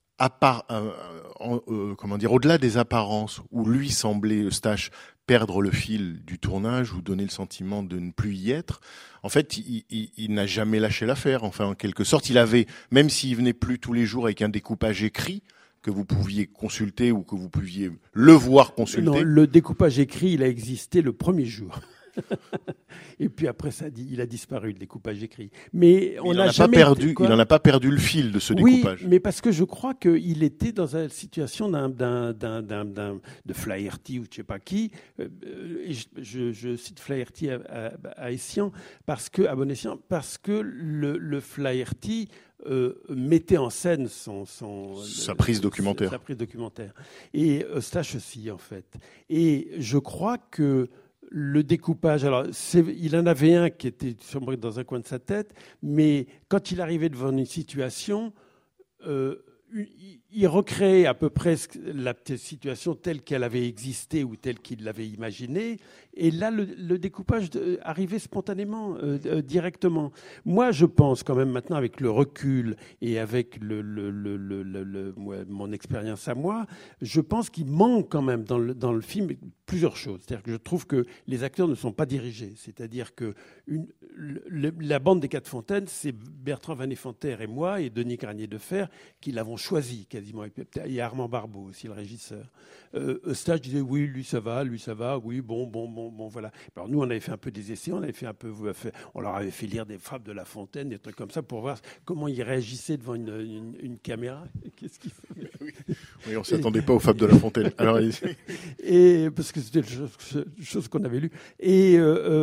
Speaker 5: au-delà des apparences, où lui semblait, Eustache, perdre le fil du tournage ou donner le sentiment de ne plus y être, en fait, il n'a jamais lâché l'affaire. Enfin, en quelque sorte, il avait, même s'il venait plus tous les jours avec un découpage écrit, que vous pouviez consulter ou que vous pouviez le voir consulter.
Speaker 7: Non, le découpage écrit, il a existé le premier jour. Et puis après ça, il a disparu, le découpage écrit. Mais on n'a jamais
Speaker 5: perdu. Il n'en a pas perdu le fil de ce découpage.
Speaker 7: Oui, mais parce que je crois qu'il était dans une situation de Flaherty ou je sais pas qui. Je cite Flaherty à Essian à Bon Escient, parce que le Flaherty mettait en scène
Speaker 5: sa prise documentaire.
Speaker 7: Et Eustache aussi, en fait. Et je crois que le découpage, alors il en avait un qui était sombre dans un coin de sa tête, mais quand il arrivait devant une situation, il recréait à peu près la situation telle qu'elle avait existé ou telle qu'il l'avait imaginée. Et là, le découpage arrivait spontanément, directement. Moi, je pense quand même maintenant, avec le recul et avec mon expérience à moi, je pense qu'il manque quand même dans le film plusieurs choses. C'est-à-dire que je trouve que les acteurs ne sont pas dirigés. C'est-à-dire que la bande des Quatre Fontaines, c'est Bertrand Vanet-Fanter et moi et Denis Granier-Defer qui l'avons choisi quasiment. Et Armand Barbeau aussi, le régisseur. Eustache disait oui, lui ça va, oui, bon, voilà. Alors nous, on avait fait un peu des essais, on leur avait fait lire des fables de La Fontaine, des trucs comme ça, pour voir comment ils réagissaient devant une caméra. Qu'est-ce qu'ils faisaient ?
Speaker 5: Oui, on ne s'attendait pas aux fables de La Fontaine. Alors,
Speaker 7: et parce que c'était une chose qu'on avait lue. Et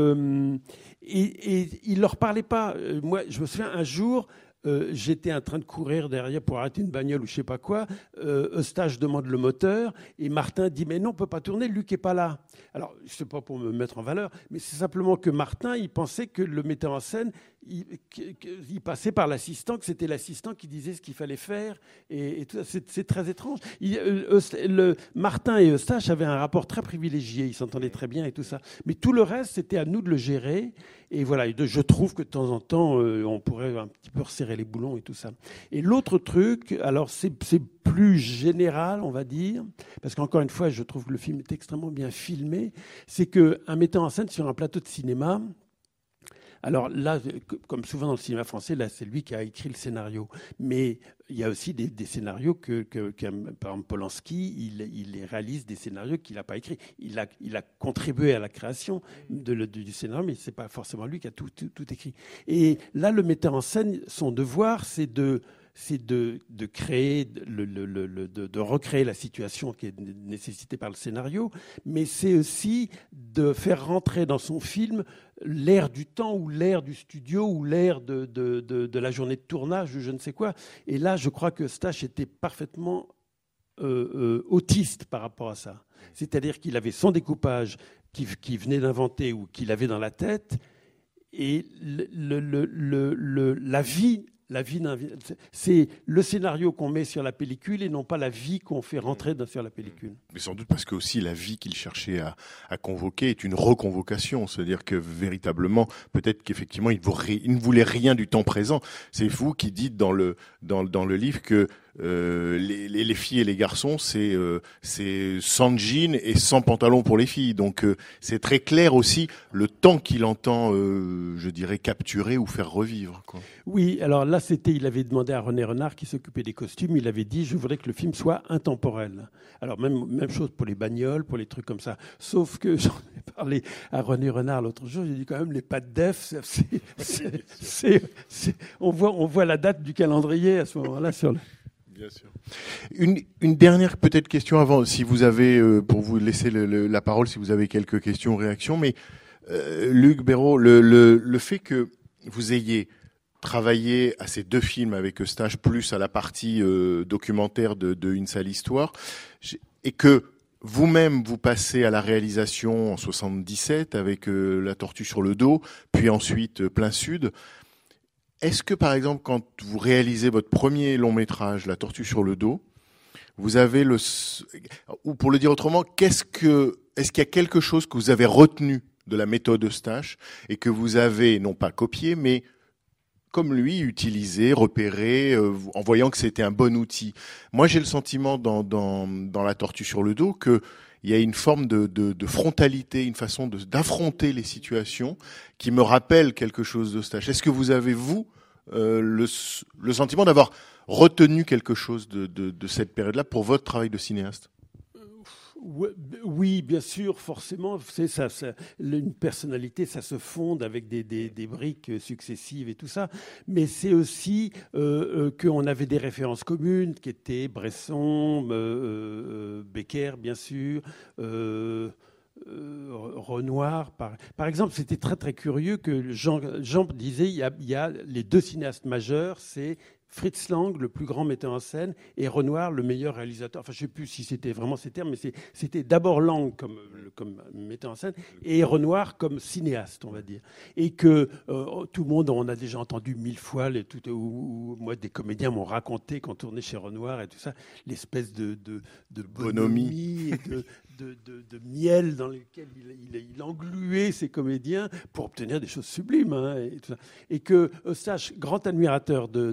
Speaker 7: il leur parlait pas. Moi, je me souviens un jour. J'étais en train de courir derrière pour arrêter une bagnole ou je sais pas quoi. Eustache demande le moteur et Martin dit mais non, on peut pas tourner, Luc est pas là. Alors c'est pas pour me mettre en valeur, mais c'est simplement que Martin, il pensait que le metteur en scène, il passait par l'assistant, que c'était l'assistant qui disait ce qu'il fallait faire et tout ça. C'est très étrange. Martin et Eustache avaient un rapport très privilégié, ils s'entendaient très bien et tout ça. Mais tout le reste, c'était à nous de le gérer. Et voilà, je trouve que de temps en temps, on pourrait un petit peu resserrer les boulons et tout ça. Et l'autre truc, alors c'est plus général, on va dire, parce qu'encore une fois, je trouve que le film est extrêmement bien filmé, c'est qu'un metteur en scène sur un plateau de cinéma, alors là, comme souvent dans le cinéma français, là, c'est lui qui a écrit le scénario. Mais il y a aussi des scénarios par exemple, Polanski, il réalise des scénarios qu'il n'a pas écrits. Il a contribué à la création du scénario, mais c'est pas forcément lui qui a tout écrit. Et là, le metteur en scène, son devoir, c'est de créer, de recréer la situation qui est nécessitée par le scénario, mais c'est aussi de faire rentrer dans son film l'air du temps ou l'air du studio ou l'air de la journée de tournage ou je ne sais quoi. Et là, je crois que Eustache était parfaitement autiste par rapport à ça. C'est-à-dire qu'il avait son découpage qu'il venait d'inventer ou qu'il avait dans la tête, et la vie c'est le scénario qu'on met sur la pellicule et non pas la vie qu'on fait rentrer sur la pellicule.
Speaker 5: Mais sans doute parce que aussi la vie qu'il cherchait à convoquer est une reconvocation. C'est-à-dire que véritablement, peut-être qu'effectivement, il ne voulait rien du temps présent. C'est vous qui dites dans le livre que les filles et les garçons, c'est sans jean et sans pantalon pour les filles. Donc c'est très clair aussi le temps qu'il entend, je dirais, capturer ou faire revivre, quoi.
Speaker 7: Oui, alors là, il avait demandé à René Renard, qui s'occupait des costumes, il avait dit, je voudrais que le film soit intemporel. Alors même chose pour les bagnoles, pour les trucs comme ça. Sauf que j'en ai parlé à René Renard l'autre jour, j'ai dit quand même, les pattes d'Ef, on voit la date du calendrier à ce moment-là sur le...
Speaker 5: Bien sûr. Une dernière peut-être question avant, si vous avez, pour vous laisser la parole, si vous avez quelques questions ou réactions, mais Luc Béraud, le fait que vous ayez travaillé à ces 2 films avec Eustache, plus à la partie documentaire de Une sale histoire, et que vous-même vous passez à la réalisation en 77 avec La tortue sur le dos, puis ensuite Plein Sud. Est-ce que, par exemple, quand vous réalisez votre premier long métrage, La tortue sur le dos, vous avez ou pour le dire autrement, est-ce qu'il y a quelque chose que vous avez retenu de la méthode Eustache et que vous avez, non pas copié, mais comme lui, utilisé, repéré, en voyant que c'était un bon outil? Moi, j'ai le sentiment dans La tortue sur le dos que il y a une forme de frontalité, une façon d'affronter les situations qui me rappelle quelque chose d'Eustache. Est-ce que vous avez, vous, le sentiment d'avoir retenu quelque chose de cette période-là pour votre travail de cinéaste?
Speaker 7: Oui, bien sûr, forcément. Une personnalité, ça se fonde avec des briques successives et tout ça. Mais c'est aussi qu'on avait des références communes qui étaient Bresson, Becker, bien sûr, Renoir. Par exemple, c'était très très curieux que Jean disait il y a les 2 cinéastes majeurs, c'est Fritz Lang, le plus grand metteur en scène, et Renoir, le meilleur réalisateur. Enfin, je ne sais plus si c'était vraiment ces termes, mais c'était d'abord Lang comme metteur en scène et Renoir comme cinéaste, on va dire. Et que tout le monde, on a déjà entendu 1000 fois, ou moi, des comédiens m'ont raconté qu'on tournait chez Renoir et tout ça, l'espèce de bonhomie et de miel dans lequel il engluait ses comédiens pour obtenir des choses sublimes. Hein, et tout ça. Et que Eustache, grand admirateur de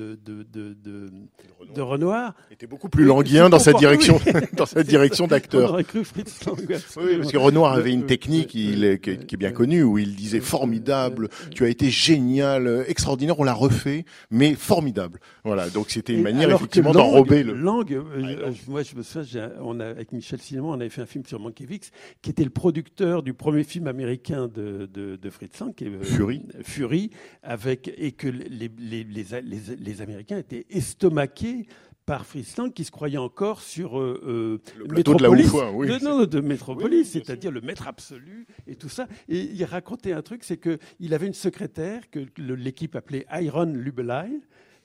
Speaker 7: Renoir,
Speaker 5: était beaucoup plus languien dans sa direction, dans sa direction d'acteur.
Speaker 7: On aurait cru Fritz Lang.
Speaker 5: Oui, parce que Renoir avait une technique qui est bien connue, où il disait formidable, tu as été génial, extraordinaire, on l'a refait, mais formidable. Voilà, donc c'était une manière effectivement d'enrober le...
Speaker 7: Lang, moi je me souviens, avec Michel Cinéma, on avait fait un film sur Mankiewicz, qui était le producteur du premier film américain de Fritz Lang, qui est Fury, et que les Américains étaient estomaqués par Fritz Lang, qui se croyait encore sur
Speaker 5: le plateau de la Houfoua, oui.
Speaker 7: de Métropolis, c'est-à-dire le maître absolu et tout ça. Et il racontait un truc, c'est qu'il avait une secrétaire que l'équipe appelait Iron Lubelai,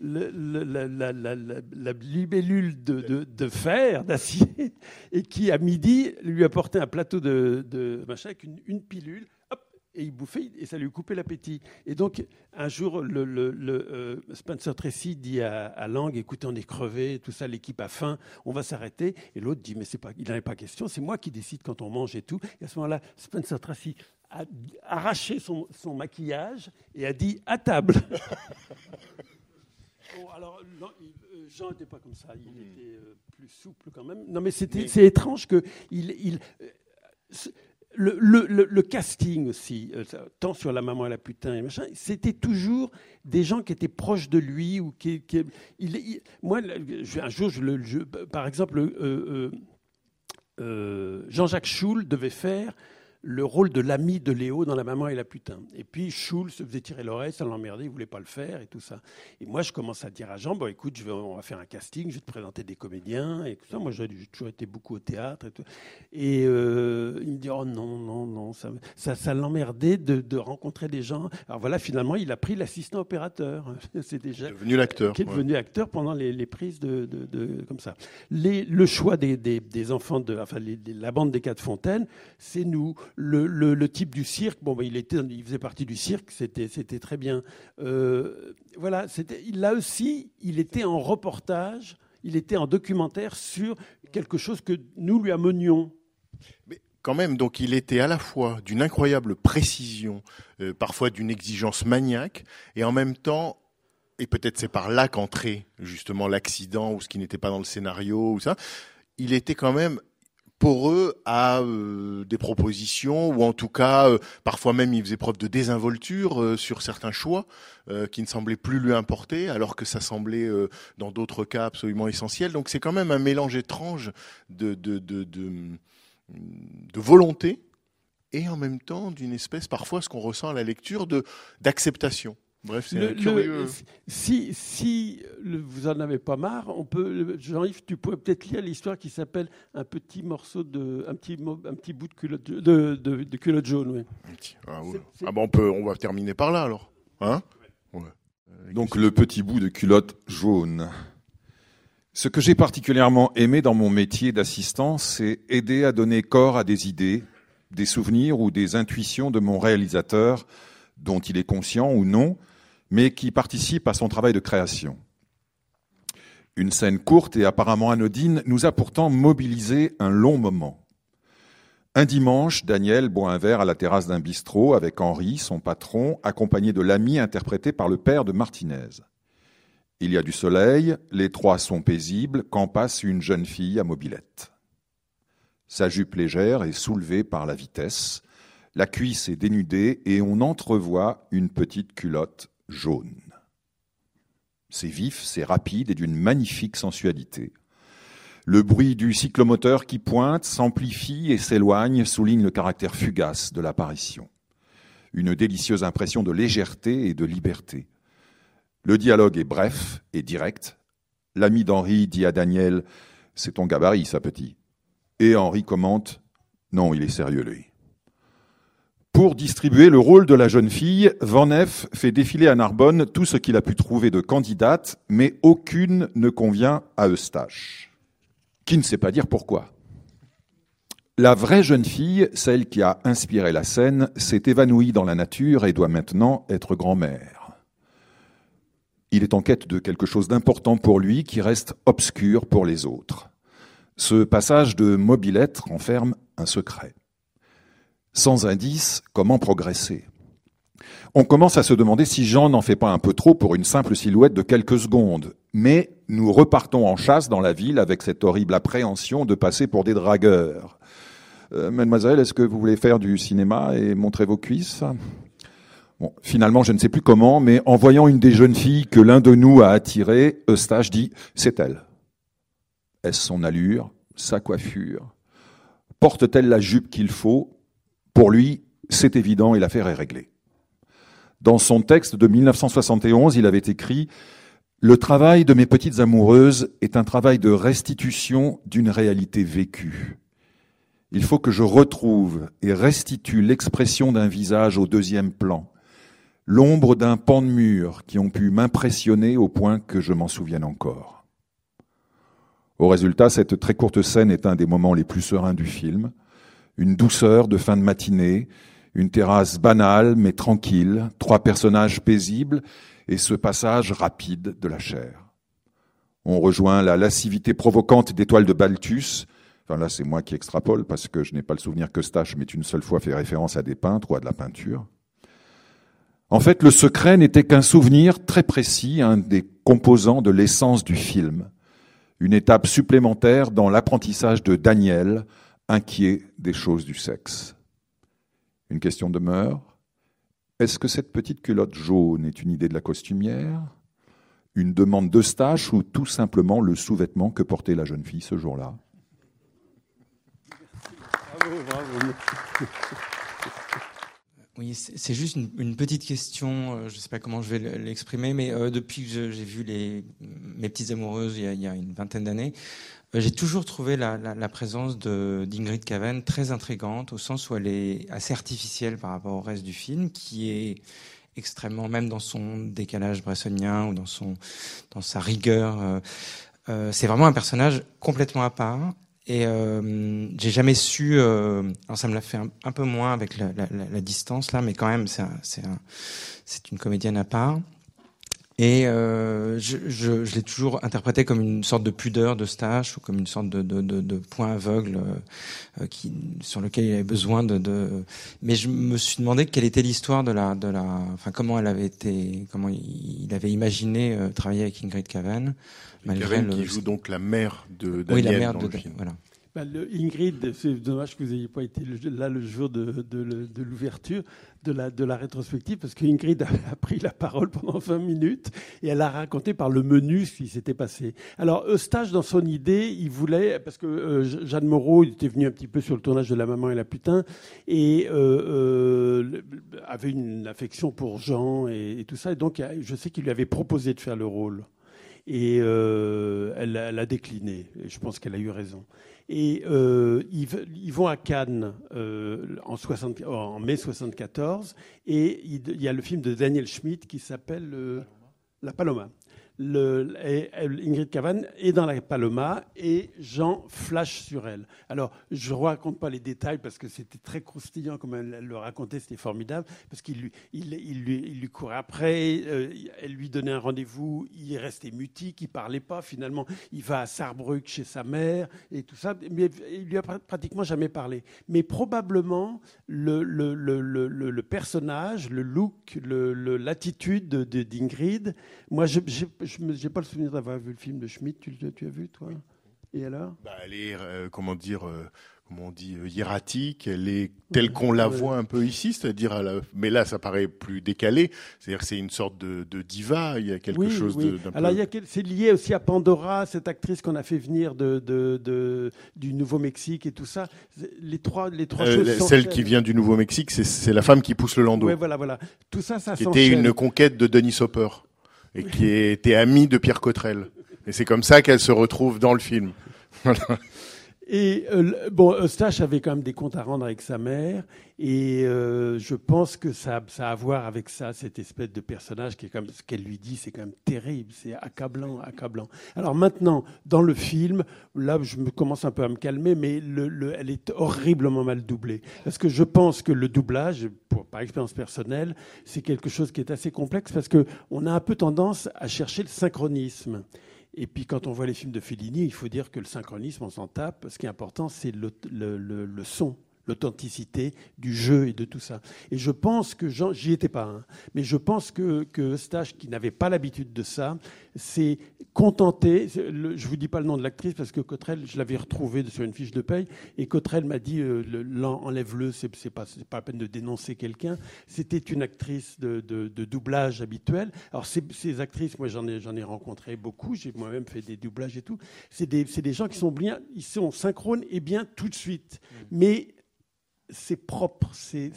Speaker 7: la libellule de fer, d'acier, et qui, à midi, lui apportait un plateau de machin avec une pilule. Et il bouffait, et ça lui coupait l'appétit. Et donc, un jour, Spencer Tracy dit à Lang, écoutez, on est crevé, tout ça, l'équipe a faim, on va s'arrêter. Et l'autre dit, mais il n'en est pas question, c'est moi qui décide quand on mange et tout. Et à ce moment-là, Spencer Tracy a arraché son maquillage et a dit, à table. Bon, alors, Jean n'était pas comme ça, il était plus souple quand même. Non, mais c'est étrange que le casting aussi, tant sur La maman et la putain et machin, c'était toujours des gens qui étaient proches de lui ou moi, un jour, par exemple, Jean-Jacques Schul devait faire le rôle de l'ami de Léo dans La maman et la putain. Et puis Schul se faisait tirer l'oreille, ça l'emmerdait, il ne voulait pas le faire et tout ça. Et moi, je commence à dire à Jean, bon, écoute, on va faire un casting, je vais te présenter des comédiens et tout ça. Moi, j'ai toujours été beaucoup au théâtre et tout. Et il me dit, oh non, ça l'emmerdait de rencontrer des gens. Alors voilà, finalement, il a pris l'assistant opérateur. C'est déjà
Speaker 5: devenu l'acteur.
Speaker 7: Qui est devenu acteur pendant les prises comme ça. Le choix des enfants, la bande des Quatre Fontaines, c'est nous. le type du cirque, bon, il faisait partie du cirque, c'était très bien. Voilà, là aussi, il était en reportage, il était en documentaire sur quelque chose que nous lui amenions.
Speaker 5: Mais quand même, donc il était à la fois d'une incroyable précision, parfois d'une exigence maniaque, et en même temps, et peut-être c'est par là qu'entrait justement l'accident ou ce qui n'était pas dans le scénario ou ça, il était quand même poreux à des propositions, ou en tout cas, parfois même il faisait preuve de désinvolture sur certains choix qui ne semblaient plus lui importer, alors que ça semblait dans d'autres cas absolument essentiel. Donc c'est quand même un mélange étrange de volonté et en même temps d'une espèce, parfois ce qu'on ressent à la lecture, d'acceptation. Bref, c'est curieux.
Speaker 7: Si vous en avez pas marre, Jean-Yves, tu pourrais peut-être lire l'histoire qui s'appelle un petit morceau un petit bout de culotte de culotte jaune. Oui.
Speaker 5: On va terminer par là alors. Hein? Ouais.
Speaker 2: Donc le petit bout de culotte jaune. Ce que j'ai particulièrement aimé dans mon métier d'assistant, c'est aider à donner corps à des idées, des souvenirs ou des intuitions de mon réalisateur, dont il est conscient ou non, mais qui participe à son travail de création. Une scène courte et apparemment anodine nous a pourtant mobilisé un long moment. Un dimanche, Daniel boit un verre à la terrasse d'un bistrot avec Henri, son patron, accompagné de l'ami interprété par le père de Martinez. Il y a du soleil, les trois sont paisibles quand passe une jeune fille à mobilette. Sa jupe légère est soulevée par la vitesse, la cuisse est dénudée et on entrevoit une petite culotte jaune. C'est vif, c'est rapide et d'une magnifique sensualité. Le bruit du cyclomoteur qui pointe, s'amplifie et s'éloigne souligne le caractère fugace de l'apparition. Une délicieuse impression de légèreté et de liberté. Le dialogue est bref et direct. L'ami d'Henri dit à Daniel « C'est ton gabarit, ça, petit ». Et Henri commente « Non, il est sérieux, lui ». Pour distribuer le rôle de la jeune fille, Van Neff fait défiler à Narbonne tout ce qu'il a pu trouver de candidates, mais aucune ne convient à Eustache, qui ne sait pas dire pourquoi. La vraie jeune fille, celle qui a inspiré la scène, s'est évanouie dans la nature et doit maintenant être grand-mère. Il est en quête de quelque chose d'important pour lui qui reste obscur pour les autres. Ce passage de mobilette renferme un secret. Sans indice, comment progresser ? On commence à se demander si Jean n'en fait pas un peu trop pour une simple silhouette de quelques secondes. Mais nous repartons en chasse dans la ville avec cette horrible appréhension de passer pour des dragueurs. Mademoiselle, est-ce que vous voulez faire du cinéma et montrer vos cuisses ? Bon, finalement, je ne sais plus comment, mais en voyant une des jeunes filles que l'un de nous a attirée, Eustache dit « c'est elle ». Est-ce son allure, sa coiffure ? Porte-t-elle la jupe qu'il faut ? Pour lui, c'est évident et l'affaire est réglée. Dans son texte de 1971, il avait écrit « Le travail de mes petites amoureuses est un travail de restitution d'une réalité vécue. Il faut que je retrouve et restitue l'expression d'un visage au deuxième plan, l'ombre d'un pan de mur qui ont pu m'impressionner au point que je m'en souvienne encore. » Au résultat, cette très courte scène est un des moments les plus sereins du film. Une douceur de fin de matinée, une terrasse banale mais tranquille, trois personnages paisibles et ce passage rapide de la chair. On rejoint la lascivité provocante des toiles de Balthus. Enfin là, c'est moi qui extrapole parce que je n'ai pas le souvenir qu'Eustache m'ait une seule fois fait référence à des peintres ou à de la peinture. En fait, le secret n'était qu'un souvenir très précis, un des composants de l'essence du film. Une étape supplémentaire dans l'apprentissage de Daniel, inquiet des choses du sexe. Une question demeure. Est-ce que cette petite culotte jaune est une idée de la costumière ? Une demande d'Eustache ou tout simplement le sous-vêtement que portait la jeune fille ce jour-là ?
Speaker 7: Bravo.
Speaker 8: Oui, c'est juste une petite question, je ne sais pas comment je vais l'exprimer, mais depuis que j'ai vu mes petites amoureuses il y a une vingtaine d'années, j'ai toujours trouvé la présence d'Ingrid Caven très intrigante, au sens où elle est assez artificielle par rapport au reste du film, qui est extrêmement, même dans son décalage bressonien ou dans sa rigueur, c'est vraiment un personnage complètement à part. Et j'ai jamais su. Alors ça me l'a fait un peu moins avec la distance là, mais quand même c'est une comédienne à part. Et je l'ai toujours interprété comme une sorte de pudeur d'Eustache ou comme une sorte de point aveugle sur lequel il avait besoin de. Mais je me suis demandé quelle était l'histoire enfin comment il avait imaginé travailler avec Ingrid Cavan.
Speaker 5: Cavan qui joue donc la mère de Daniel,
Speaker 8: oui, la mère
Speaker 5: dans
Speaker 8: de
Speaker 5: le film.
Speaker 8: Voilà.
Speaker 7: Ingrid, c'est dommage que vous n'ayez pas été là le jour de l'ouverture de la rétrospective, parce qu'Ingrid a pris la parole pendant 20 minutes et elle a raconté par le menu ce qui s'était passé. Alors, Eustache, dans son idée, il voulait, parce que Jeanne Moreau, il était venu un petit peu sur le tournage de La Maman et la Putain, et avait une affection pour Jean et tout ça, et donc je sais qu'il lui avait proposé de faire le rôle. Et elle a décliné, et je pense qu'elle a eu raison. Et ils vont à Cannes en mai 74, et il y a le film de Daniel Schmidt qui s'appelle La Paloma. Ingrid Cavan est dans la Paloma et Jean flash sur elle. Alors, je ne raconte pas les détails parce que c'était très croustillant comme elle le racontait, c'était formidable, parce qu'il lui courait après, elle lui donnait un rendez-vous, il restait mutique, il ne parlait pas, finalement il va à Sarrebruck chez sa mère et tout ça, mais il lui a pratiquement jamais parlé. Mais probablement le personnage, le look, l'attitude d'Ingrid, moi je n'ai pas le souvenir d'avoir vu le film de Schmidt. Tu as vu, toi? Et alors?
Speaker 5: Elle est, comment on dit, hiératique. Elle est telle qu'on la voit un peu ici, c'est-à-dire, mais là, ça paraît plus décalé. C'est-à-dire que c'est une sorte de diva. Il y a quelque chose d'un peu...
Speaker 7: Alors, c'est lié aussi à Pandora, cette actrice qu'on a fait venir du Nouveau-Mexique et tout ça. Les trois choses.
Speaker 5: Celle qui vient du Nouveau-Mexique, c'est la femme qui pousse le landau.
Speaker 7: Oui, voilà. Tout ça
Speaker 5: qui
Speaker 7: s'enchaîne.
Speaker 5: était une conquête de Denis Hopper. Et qui était amie de Pierre Cottrell. Et c'est comme ça qu'elle se retrouve dans le film. Voilà.
Speaker 7: Et Eustache avait quand même des comptes à rendre avec sa mère, et je pense que ça a à voir avec ça, cette espèce de personnage qui est comme ce qu'elle lui dit, c'est quand même terrible, c'est accablant. Alors maintenant, dans le film, là, je commence un peu à me calmer, mais elle est horriblement mal doublée, parce que je pense que le doublage, par expérience personnelle, c'est quelque chose qui est assez complexe, parce que on a un peu tendance à chercher le synchronisme. Et puis, quand on voit les films de Fellini, il faut dire que le synchronisme, on s'en tape. Ce qui est important, c'est le son, l'authenticité du jeu et de tout ça. Et je pense que j'y étais pas, mais je pense que Eustache, qui n'avait pas l'habitude de ça, s'est contenté. Je vous dis pas le nom de l'actrice parce que Cottrell, je l'avais retrouvé sur une fiche de paye, et Cottrell m'a dit enlève-le, c'est pas la peine de dénoncer quelqu'un. C'était une actrice de doublage habituelle. Alors ces actrices, moi j'en ai rencontré beaucoup. J'ai moi-même fait des doublages et tout. C'est des gens qui sont bien, ils sont synchrones et bien tout de suite, mais c'est propre, c'est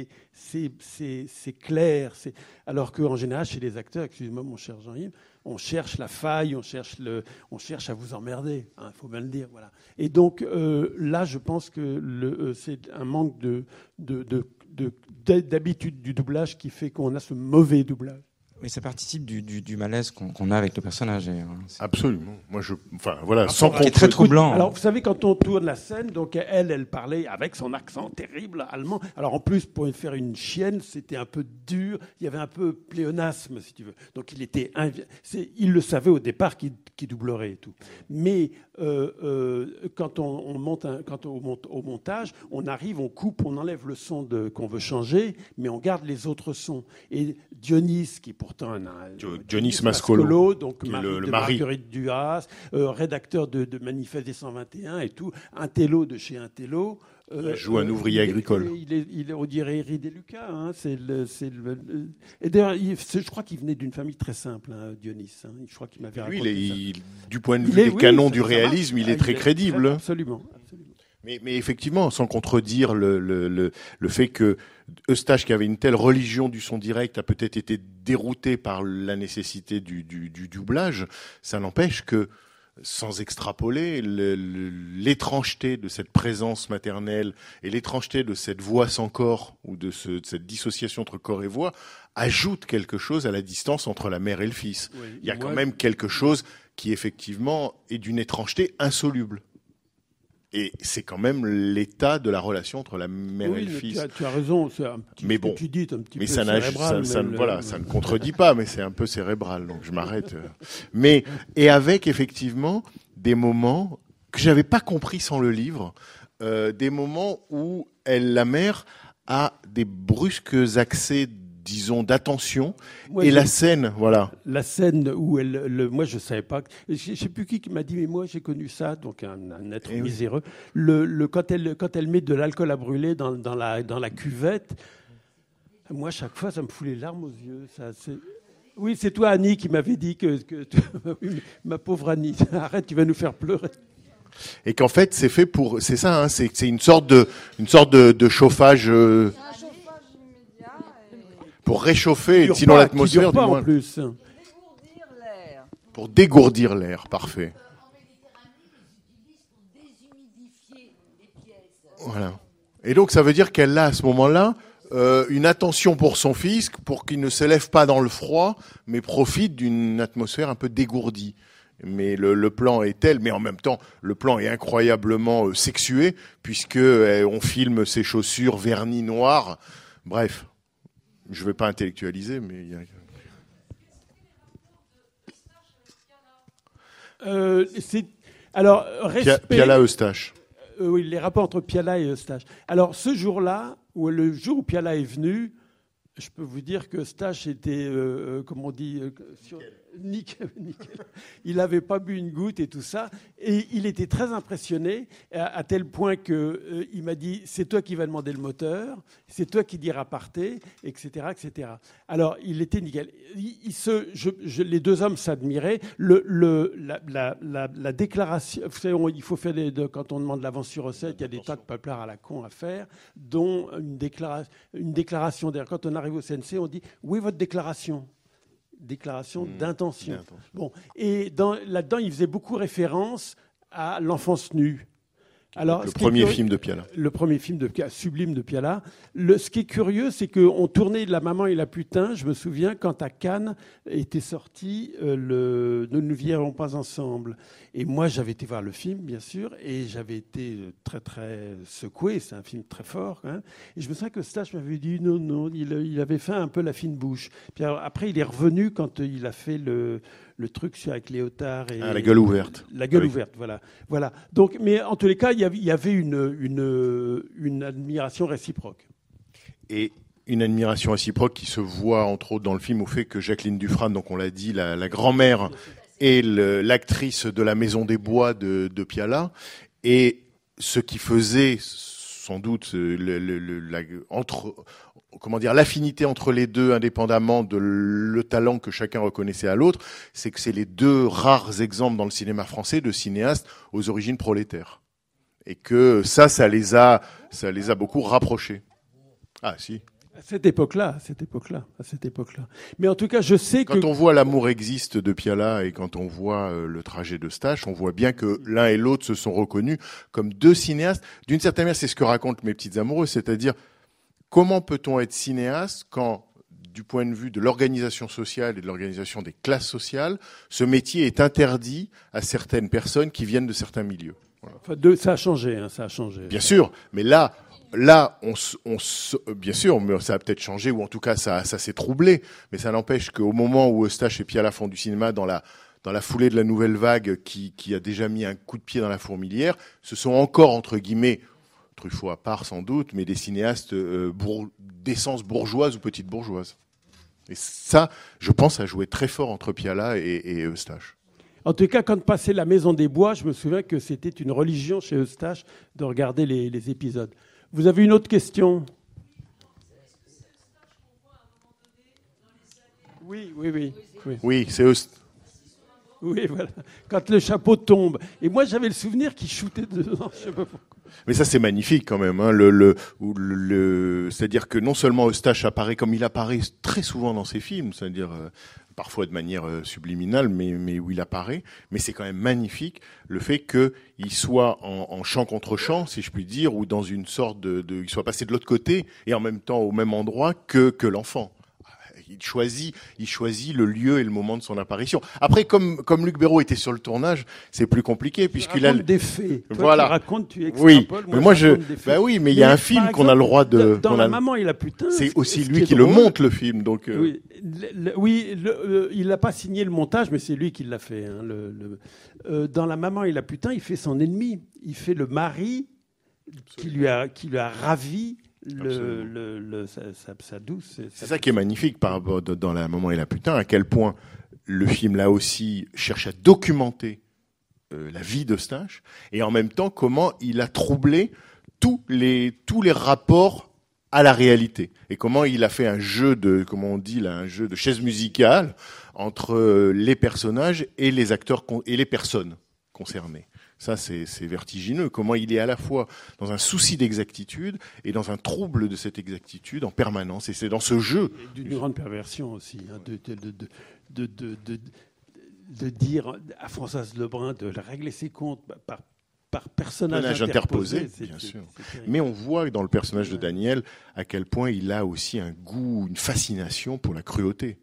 Speaker 7: clair. Alors qu'en général, chez les acteurs, excusez-moi mon cher Jean-Yves, on cherche la faille, on cherche à vous emmerder, faut bien le dire. Voilà. Et donc là, je pense que c'est un manque d'habitude du doublage qui fait qu'on a ce mauvais doublage.
Speaker 8: Mais ça participe du malaise qu'on a avec le personnage.
Speaker 5: Absolument. Moi, sans
Speaker 8: qui est très troublant.
Speaker 7: Alors, vous savez, quand on tourne la scène, donc elle parlait avec son accent terrible allemand. Alors, en plus, pour faire une chienne, c'était un peu dur. Il y avait un peu pléonasme, si tu veux. Donc, il le savait au départ qu'il doublerait et tout. Mais quand on monte au montage, on arrive, on coupe, on enlève le son qu'on veut changer, mais on garde les autres sons. Et Dionys, qui est pourtant
Speaker 5: Dionys Mascolo,
Speaker 7: donc
Speaker 5: mari
Speaker 7: de Marguerite Duras, rédacteur de Manifeste des 121 et tout, Intello de chez Intello.
Speaker 5: Joue un ouvrier agricole.
Speaker 7: On dirait Henri Deluca. Et d'ailleurs, je crois qu'il venait d'une famille très simple, Dionys. Je crois qu'il m'avait raconté ça.
Speaker 5: Du point de vue des canons du réalisme, il est très crédible.
Speaker 7: Absolument.
Speaker 5: Mais effectivement, sans contredire le fait que Eustache, qui avait une telle religion du son direct, a peut-être été dérouté par la nécessité du doublage, ça n'empêche que, sans extrapoler, l'étrangeté de cette présence maternelle et l'étrangeté de cette voix sans corps, ou de cette dissociation entre corps et voix, ajoute quelque chose à la distance entre la mère et le fils. Oui, il y a quand même quelque chose qui, effectivement, est d'une étrangeté insoluble. Et c'est quand même l'état de la relation entre la mère
Speaker 7: Oui,
Speaker 5: et le fils.
Speaker 7: tu as raison, c'est un petit
Speaker 5: Mais
Speaker 7: ce que
Speaker 5: bon,
Speaker 7: tu dis, c'est un petit
Speaker 5: Mais
Speaker 7: peu
Speaker 5: ça,
Speaker 7: cérébral.
Speaker 5: ça,
Speaker 7: mais
Speaker 5: voilà, ça ne contredit pas, mais c'est un peu cérébral, donc je m'arrête. Mais et avec effectivement des moments que j'avais pas compris sans le livre, des moments où la mère a des brusques accès, disons, d'attention,
Speaker 7: Ouais,
Speaker 5: et la scène, voilà.
Speaker 7: La scène où moi je savais pas, je sais plus qui m'a dit, mais moi j'ai connu ça, donc un être
Speaker 5: Eh oui.
Speaker 7: miséreux. Quand elle met de l'alcool à brûler dans la cuvette, moi chaque fois ça me fout les larmes aux yeux. Oui, c'est toi Annie qui m'avait dit que oui, ma pauvre Annie, arrête, tu vas nous faire pleurer.
Speaker 5: Et qu'en fait, c'est fait pour, c'est ça, hein, c'est une sorte de chauffage. Pour réchauffer, sinon l'atmosphère
Speaker 7: du
Speaker 5: du moins.
Speaker 7: En plus.
Speaker 5: Pour dégourdir l'air, parfait. Voilà. Et donc ça veut dire qu'elle a à ce moment-là une attention pour son fils, pour qu'il ne se lève pas dans le froid, mais profite d'une atmosphère un peu dégourdie. Mais le plan est tel, mais en même temps, le plan est incroyablement sexué, puisque on filme ses chaussures vernis noirs. Bref. Je ne vais pas intellectualiser, mais il y a...
Speaker 7: Alors, respect...
Speaker 5: Piala Eustache.
Speaker 7: Oui, les rapports entre Piala et Eustache. Alors, ce jour-là, le jour où Piala est venu, je peux vous dire que Eustache était, comme on dit, nickel. Il n'avait pas bu une goutte et tout ça. Et il était très impressionné, à tel point qu'il m'a dit « c'est toi qui vas demander le moteur, c'est toi qui diras partez, etc. etc. » Alors, il était nickel. Les deux hommes s'admiraient. La déclaration, vous savez, il faut faire quand on demande l'avance sur recette, il y a des tas de paplards à la con à faire, dont une déclaration. D'ailleurs, quand on arrive au CNC, on dit « où est votre déclaration ?» Déclaration d'intention. Bon, et là-dedans, il faisait beaucoup référence à l'enfance nue. Alors,
Speaker 5: le premier film de Piala.
Speaker 7: Le premier film sublime de Piala. Ce qui est curieux, c'est qu'on tournait La Maman et la Putain, je me souviens, quand à Cannes était sorti Nous ne vivrons pas ensemble. Et moi, j'avais été voir le film, bien sûr, et j'avais été très, très secoué. C'est un film très fort, quand même. Et je me souviens que Eustache m'avait dit non, il avait fait un peu la fine bouche. Puis alors, après, il est revenu quand il a fait le truc avec Léotard et
Speaker 5: la gueule ouverte.
Speaker 7: La gueule ouverte, voilà. Donc, mais en tous les cas, il y avait une admiration réciproque.
Speaker 5: Et une admiration réciproque qui se voit entre autres dans le film au fait que Jacqueline Dufresne, donc on l'a dit, la grand-mère et l'actrice de La Maison des Bois de Piala, et ce qui faisait sans doute l'affinité entre les deux, indépendamment de le talent que chacun reconnaissait à l'autre, c'est que c'est les deux rares exemples dans le cinéma français de cinéastes aux origines prolétaires. Et que ça les a beaucoup rapprochés. Ah, si.
Speaker 7: À cette époque-là. Mais en tout cas, je sais
Speaker 5: Quand on voit L'amour existe de Piala et quand on voit Le trajet d'Eustache, on voit bien que l'un et l'autre se sont reconnus comme deux cinéastes. D'une certaine manière, c'est ce que racontent Mes petites amoureuses, c'est-à-dire comment peut-on être cinéaste quand, du point de vue de l'organisation sociale et de l'organisation des classes sociales, ce métier est interdit à certaines personnes qui viennent de certains milieux. Voilà.
Speaker 7: Enfin, ça a changé, ça a changé.
Speaker 5: Bien sûr, mais là, bien sûr, mais ça a peut-être changé, ou en tout cas, ça s'est troublé. Mais ça n'empêche qu'au moment où Eustache et Piala font du cinéma dans la foulée de la nouvelle vague qui a déjà mis un coup de pied dans la fourmilière, ce sont encore, entre guillemets, Truffaut à part sans doute, mais des cinéastes d'essence bourgeoise ou petite bourgeoise. Et ça, je pense, a joué très fort entre Piala et Eustache.
Speaker 7: En tout cas, quand passait La Maison des Bois, je me souviens que c'était une religion chez Eustache de regarder les épisodes. Vous avez une autre question ? Oui.
Speaker 5: Oui, c'est Eustache.
Speaker 7: Oui, voilà. Quand le chapeau tombe. Et moi, j'avais le souvenir qu'il shootait dedans. Je sais pas pourquoi.
Speaker 5: Mais ça, c'est magnifique quand même. Hein. C'est-à-dire que non seulement Eustache apparaît comme il apparaît très souvent dans ses films, c'est-à-dire parfois de manière subliminale, mais où il apparaît. Mais c'est quand même magnifique le fait qu'il soit en champ contre champ, si je puis dire, ou dans une sorte il soit passé de l'autre côté et en même temps au même endroit que l'enfant. Il choisit le lieu et le moment de son apparition. Après, comme Luc Béraud était sur le tournage, c'est plus compliqué puisqu'il a
Speaker 7: des faits. Toi,
Speaker 5: voilà.
Speaker 7: tu racontes, tu extrapoles.
Speaker 5: Oui, mais moi
Speaker 7: mais
Speaker 5: il y a un film qu'on a le droit de.
Speaker 7: Dans La Maman et la putain.
Speaker 5: C'est aussi lui qui le monte le film, donc.
Speaker 7: Oui, il n'a pas signé le montage, mais c'est lui qui l'a fait. Hein, dans La Maman et la putain, il fait son ennemi. Il fait le mari qui lui a ravi sa douce.
Speaker 5: C'est ça qui est magnifique par rapport dans La Maman et la putain, à quel point le film là aussi cherche à documenter la vie d'Eustache et en même temps comment il a troublé tous les rapports à la réalité et comment il a fait un jeu de, comment on dit là, un jeu de chaise musicale entre les personnages et les acteurs et les personnes concernées. Ça, c'est vertigineux. Comment il est à la fois dans un souci d'exactitude et dans un trouble de cette exactitude en permanence. Et c'est dans ce jeu.
Speaker 7: Et d'une grande perversion aussi, hein, de dire à Françoise Lebrun de régler ses comptes par personnage interposé.
Speaker 5: Bien sûr. Mais on voit dans le personnage de Daniel à quel point il a aussi un goût, une fascination pour la cruauté.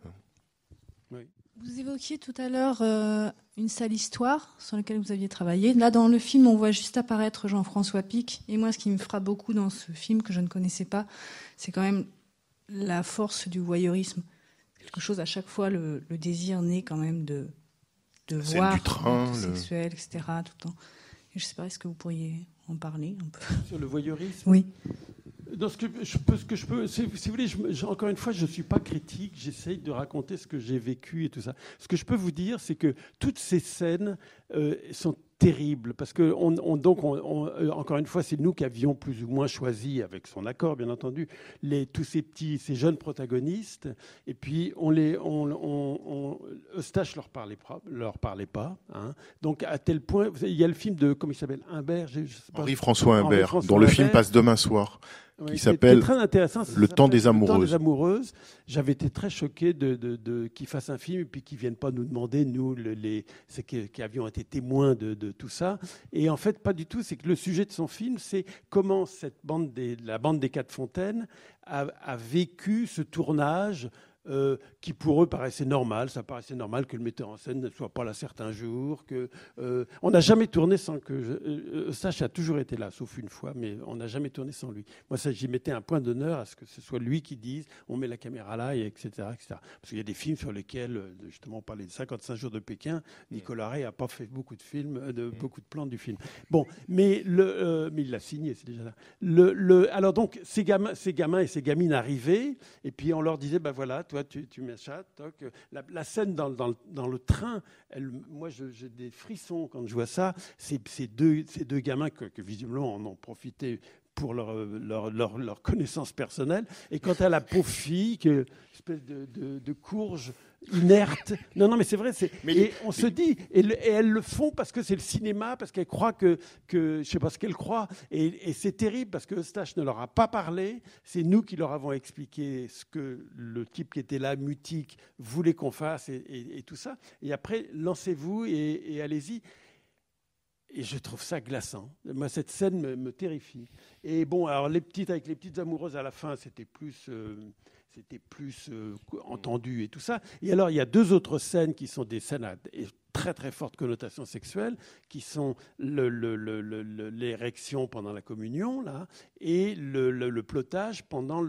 Speaker 7: Oui.
Speaker 9: Vous évoquiez tout à l'heure une sale histoire sur laquelle vous aviez travaillé. Là, dans le film, on voit juste apparaître Jean-François Pic. Et moi, ce qui me frappe beaucoup dans ce film, que je ne connaissais pas, c'est quand même la force du voyeurisme. Quelque chose, à chaque fois, le désir naît quand même de voir,
Speaker 5: du train,
Speaker 9: sexuel, etc. tout le temps. Et je ne sais pas, est-ce que vous pourriez en parler un peu ?
Speaker 7: Sur le voyeurisme ?
Speaker 9: Oui.
Speaker 7: Dans ce que je peux, si vous voulez, encore une fois, je ne suis pas critique, j'essaye de raconter ce que j'ai vécu et tout ça. Ce que je peux vous dire, c'est que toutes ces scènes sont terribles, parce que encore une fois, c'est nous qui avions plus ou moins choisi, avec son accord, bien entendu, tous ces jeunes protagonistes, et puis Eustache leur parlait pas, hein. Donc à tel point, il y a le film de, comment il s'appelle, Humbert,
Speaker 5: Henri-François Humbert, dont le film passe demain soir. Qui s'appelle
Speaker 7: très intéressant,
Speaker 5: Le temps des amoureuses.
Speaker 7: Le temps des amoureuses. J'avais été très choqué qu'ils fassent un film et puis qu'ils viennent pas nous demander, nous, qui avions été témoins de tout ça. Et en fait, pas du tout. C'est que le sujet de son film, c'est comment la bande des Quatre Fontaines a vécu ce tournage. Qui pour eux paraissait normal. Ça paraissait normal que le metteur en scène ne soit pas là certains jours. On n'a jamais tourné sans que... Eustache a toujours été là, sauf une fois, mais on n'a jamais tourné sans lui. Moi, j'y mettais un point d'honneur à ce que ce soit lui qui dise on met la caméra là, et etc., etc. Parce qu'il y a des films sur lesquels, justement, on parlait de 55 jours de Pékin, Nicolas Ray n'a pas fait beaucoup de films, beaucoup de plans du film. Bon, mais il l'a signé, c'est déjà là. Alors donc, ces gamins et ces gamines arrivaient, et puis on leur disait, ben voilà, toi, tu m'échappes, toc. La scène dans le train, moi, j'ai des frissons quand je vois ça. Ces deux gamins que visiblement en ont profité pour leur connaissance personnelle. Et quant à la pauvre fille, espèce de courge inerte. Non, mais c'est vrai. Se dit, et elles le font parce que c'est le cinéma, parce qu'elles croient que je sais pas ce qu'elles croient. Et c'est terrible parce que Eustache ne leur a pas parlé. C'est nous qui leur avons expliqué ce que le type qui était là, mutique, voulait qu'on fasse et tout ça. Et après, lancez-vous et allez-y. Et je trouve ça glaçant. Moi, cette scène me terrifie. Et bon, alors avec les petites amoureuses à la fin, c'était plus entendu et tout ça. Et alors, il y a deux autres scènes qui sont des scènes à très très forte connotation sexuelle, qui sont l'érection pendant la communion là, et le plotage pendant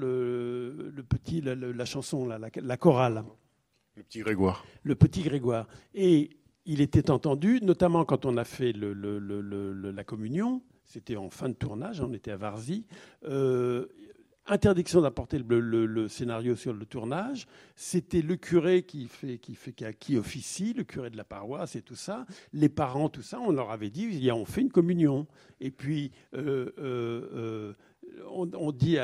Speaker 7: la chanson, là, la chorale.
Speaker 5: Le petit Grégoire.
Speaker 7: Le petit Grégoire. Et il était entendu, notamment quand on a fait la communion, c'était en fin de tournage, on était à Varzy, interdiction d'apporter le scénario sur le tournage, c'était le curé qui officie, le curé de la paroisse et tout ça, les parents, tout ça, on leur avait dit, on fait une communion. Et puis, on dit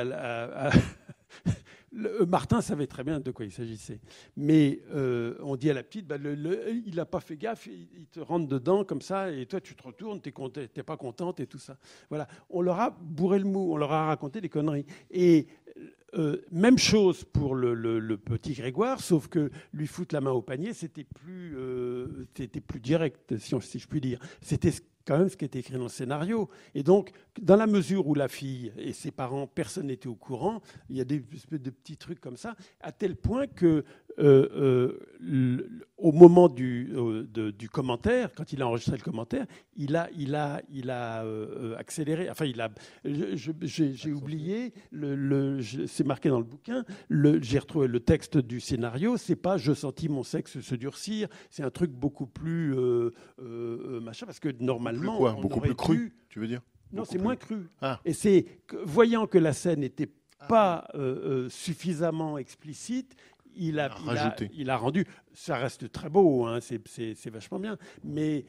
Speaker 7: Martin savait très bien de quoi il s'agissait. Mais on dit à la petite, il n'a pas fait gaffe, il te rentre dedans comme ça, et toi tu te retournes, t'es pas contente et tout ça. Voilà, on leur a bourré le mou, on leur a raconté des conneries. Et même chose pour le petit Grégoire, sauf que lui foutre la main au panier, c'était plus direct, si je puis dire. C'était quand même ce qui est écrit dans le scénario. Et donc, dans la mesure où la fille et ses parents, personne n'était au courant, il y a des espèces de petits trucs comme ça, à tel point que au moment du commentaire, quand il a enregistré le commentaire, il a accéléré. Enfin, j'ai oublié, c'est marqué dans le bouquin, j'ai retrouvé le texte du scénario, c'est pas « je sentis mon sexe se durcir », c'est un truc beaucoup plus machin, parce que normalement...
Speaker 5: Beaucoup plus cru, tu veux dire?
Speaker 7: Non, c'est moins cru.
Speaker 5: Ah.
Speaker 7: Et c'est voyant que la scène n'était pas suffisamment explicite, il a rendu. Ça reste très beau, hein, c'est vachement bien. Mais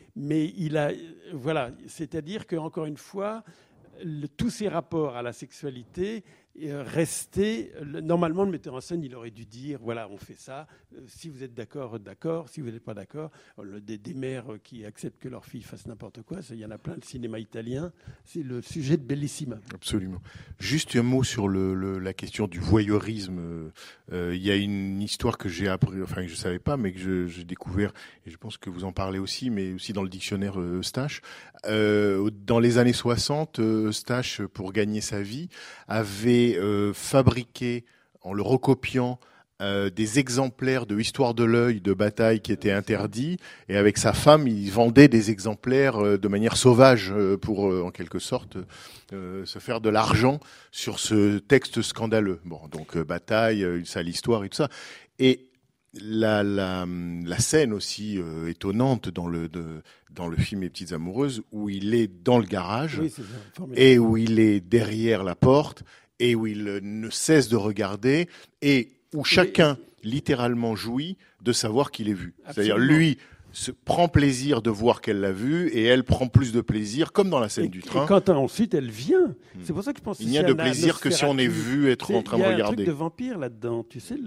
Speaker 7: voilà, c'est-à-dire que encore une fois, tous ces rapports à la sexualité restaient. Normalement, le metteur en scène, il aurait dû dire voilà, on fait ça. Si vous êtes d'accord, d'accord. Si vous n'êtes pas d'accord, des mères qui acceptent que leur fille fasse n'importe quoi, il y en a plein. Le cinéma italien, c'est le sujet de Bellissima.
Speaker 5: Absolument. Juste un mot sur la question du voyeurisme. Il y a une histoire que j'ai appris, enfin que je savais pas, mais que j'ai découvert, et je pense que vous en parlez aussi, mais aussi dans le dictionnaire Eustache. Dans les années 60, Eustache, pour gagner sa vie, avait fabriqué, en le recopiant, des exemplaires de Histoire de l'œil de Bataille qui étaient interdits, et avec sa femme, il vendait des exemplaires de manière sauvage pour, en quelque sorte, se faire de l'argent sur ce texte scandaleux. Bon, donc Bataille, une sale histoire et tout ça. Et la scène aussi étonnante dans le film Les Petites Amoureuses, où il est dans le garage,
Speaker 7: oui,
Speaker 5: et où il est derrière la porte, et où il ne cesse de regarder, et où chacun littéralement jouit de savoir qu'il est vu.
Speaker 7: Absolument.
Speaker 5: C'est-à-dire lui se prend plaisir de voir qu'elle l'a vu, et elle prend plus de plaisir, comme dans la scène du train.
Speaker 7: Et quand ensuite elle vient, c'est pour ça que je pense que
Speaker 5: il n'y a de plaisir que si on est vu être en train de regarder.
Speaker 7: Il y a un truc de vampire là-dedans, tu sais,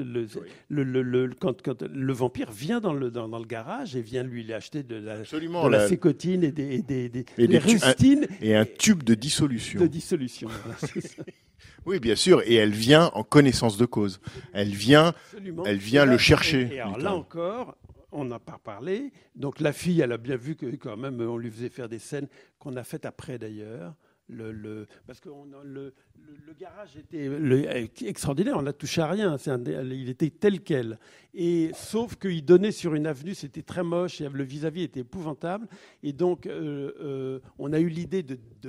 Speaker 7: quand le vampire vient dans le garage et vient lui acheter de la sécotine et des rustines.
Speaker 5: Et un tube de dissolution.
Speaker 7: De dissolution, voilà, c'est ça.
Speaker 5: Oui, bien sûr, et elle vient en connaissance de cause. Elle vient le chercher.
Speaker 7: Et alors là encore, on n'a pas parlé. Donc la fille, elle a bien vu que quand même, on lui faisait faire des scènes qu'on a faites après d'ailleurs. Parce que le garage était extraordinaire, on n'a touché à rien, il était tel quel. Et sauf qu'il donnait sur une avenue, c'était très moche, et le vis-à-vis était épouvantable. Et donc, on a eu l'idée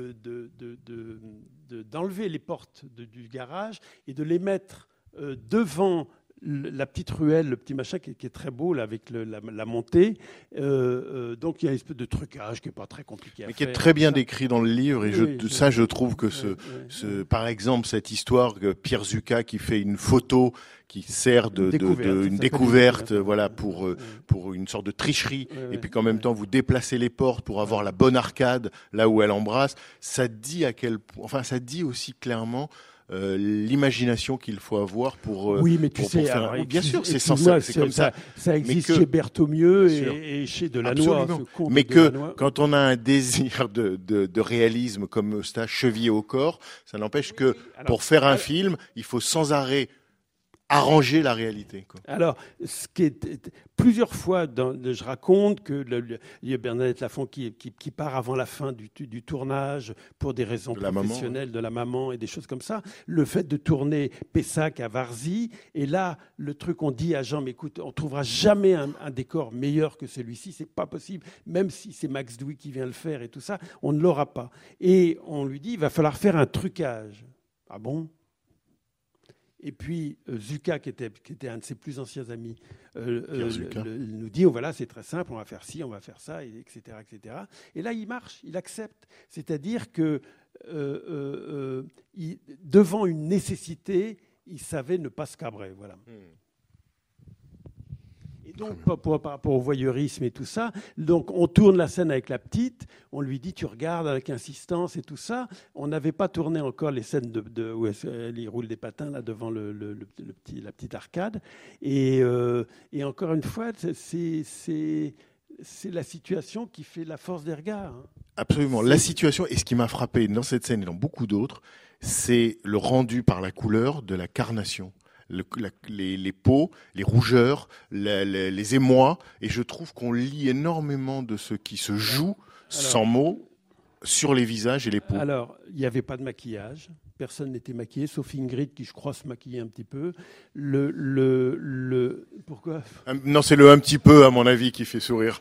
Speaker 7: d'enlever les portes du garage et de les mettre devant la petite ruelle, le petit machin qui est très beau là, avec la montée. Donc il y a une espèce de trucage qui n'est pas très compliqué à faire.
Speaker 5: Mais qui est très bien décrit dans le livre. Et je trouve que par exemple, cette histoire que Pierre Zucca qui fait une photo qui sert une découverte, voilà, pour une sorte de tricherie, et puis qu'en même temps vous déplacez les portes pour avoir la bonne arcade là où elle embrasse, ça dit ça dit aussi clairement l'imagination qu'il faut avoir pour
Speaker 7: oui, mais tu sais,
Speaker 5: faire...
Speaker 7: alors,
Speaker 5: bien sûr, c'est comme ça.
Speaker 7: Ça existe chez Berthommieux et chez Delannoy.
Speaker 5: Mais que quand on a un désir de réalisme comme Eustache chevillé au corps, ça n'empêche que pour faire un film, il faut sans arrêt arranger la réalité, quoi.
Speaker 7: Alors, plusieurs fois, je raconte que il y a Bernadette Lafont qui part avant la fin du tournage pour des raisons professionnelles, de la maman et des choses comme ça. Le fait de tourner Pessac à Varzy, et là, le truc, on dit à Jean, mais écoute, on trouvera jamais un décor meilleur que celui-ci, c'est pas possible, même si c'est Max Douy qui vient le faire et tout ça, on ne l'aura pas. Et on lui dit, il va falloir faire un trucage. Ah bon ? Et puis Zucca, qui était un de ses plus anciens amis, nous dit, voilà, c'est très simple, on va faire ci, on va faire ça, etc., etc. Et là, il marche, il accepte. C'est-à-dire que devant une nécessité, il savait ne pas se cabrer. Voilà. Donc, par rapport au voyeurisme et tout ça, donc on tourne la scène avec la petite, on lui dit tu regardes avec insistance et tout ça. On n'avait pas tourné encore les scènes où elle roule des patins là devant la petite arcade. Et encore une fois, c'est la situation qui fait la force des regards. Hein.
Speaker 5: Absolument. La situation, et ce qui m'a frappé dans cette scène et dans beaucoup d'autres, c'est le rendu par la couleur de la carnation. Les peaux, les rougeurs, les émois, et je trouve qu'on lit énormément de ce qui se joue sans mots sur les visages et les peaux.
Speaker 7: Alors, il n'y avait pas de maquillage. Personne n'était maquillé, sauf Ingrid qui, je crois, se maquillait un petit peu. Pourquoi ?
Speaker 5: Non, c'est le un petit peu, à mon avis, qui fait sourire.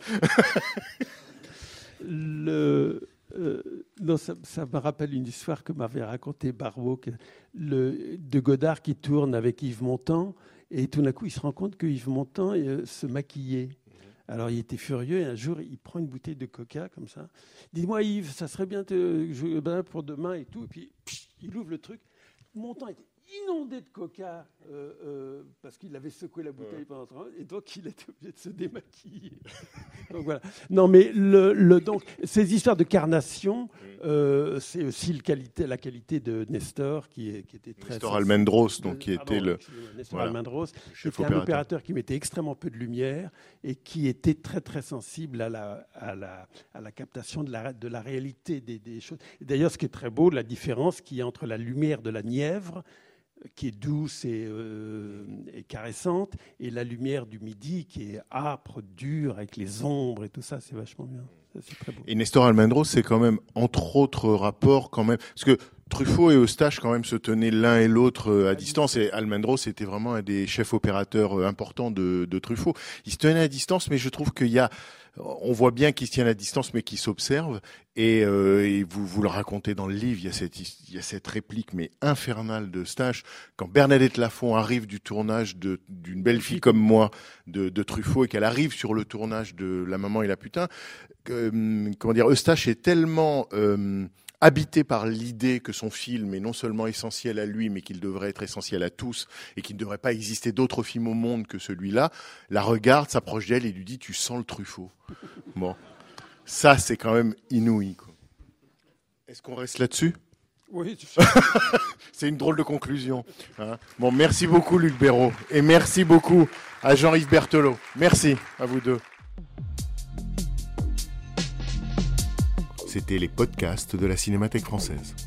Speaker 7: Non, ça me rappelle une histoire que m'avait racontée Barbeau, de Godard qui tourne avec Yves Montand, et tout d'un coup, il se rend compte que Yves Montand se maquillait. Alors, il était furieux, et un jour, il prend une bouteille de coca, comme ça. Dis-moi, Yves, ça serait bien pour demain et tout. Et puis, il ouvre le truc. Montand était inondé de coca parce qu'il avait secoué la bouteille pendant 30 ans, et donc il était obligé de se démaquiller. Donc voilà. Non, mais donc ces histoires de carnation, c'est aussi la qualité de Nestor qui était très.
Speaker 5: Nestor Almendros, donc qui était
Speaker 7: Nestor Almendros, qui était un opérateur qui mettait extrêmement peu de lumière et qui était très très sensible à la captation de la réalité des choses. Et d'ailleurs, ce qui est très beau, la différence qu'il y a entre la lumière de la Nièvre, qui est douce et caressante, et la lumière du midi qui est âpre, dure, avec les ombres et tout ça, c'est vachement bien. Ça, c'est très beau.
Speaker 5: Et Nestor Almendros, c'est quand même, entre autres rapports, quand même, parce que Truffaut et Eustache, quand même, se tenaient l'un et l'autre à distance, et Almendros était vraiment un des chefs opérateurs importants de Truffaut. Ils se tenaient à distance, mais je trouve on voit bien qu'ils se tiennent à distance, mais qu'ils s'observent. Et vous le racontez dans le livre, il y a cette réplique, mais infernale de Eustache, quand Bernadette Lafont arrive du tournage d'une belle fille comme moi de Truffaut, et qu'elle arrive sur le tournage de La Maman et la Putain, Eustache est tellement habité par l'idée que son film est non seulement essentiel à lui, mais qu'il devrait être essentiel à tous, et qu'il ne devrait pas exister d'autres films au monde que celui-là, la regarde, s'approche d'elle et lui dit « Tu sens le Truffaut ». Bon, ça c'est quand même inouï, quoi. Est-ce qu'on reste là-dessus ?
Speaker 7: Oui.
Speaker 5: C'est une drôle de conclusion. Hein. Bon, merci beaucoup Luc Béraud, et merci beaucoup à Jean-Yves Berthelot. Merci à vous deux. C'était les podcasts de la Cinémathèque française.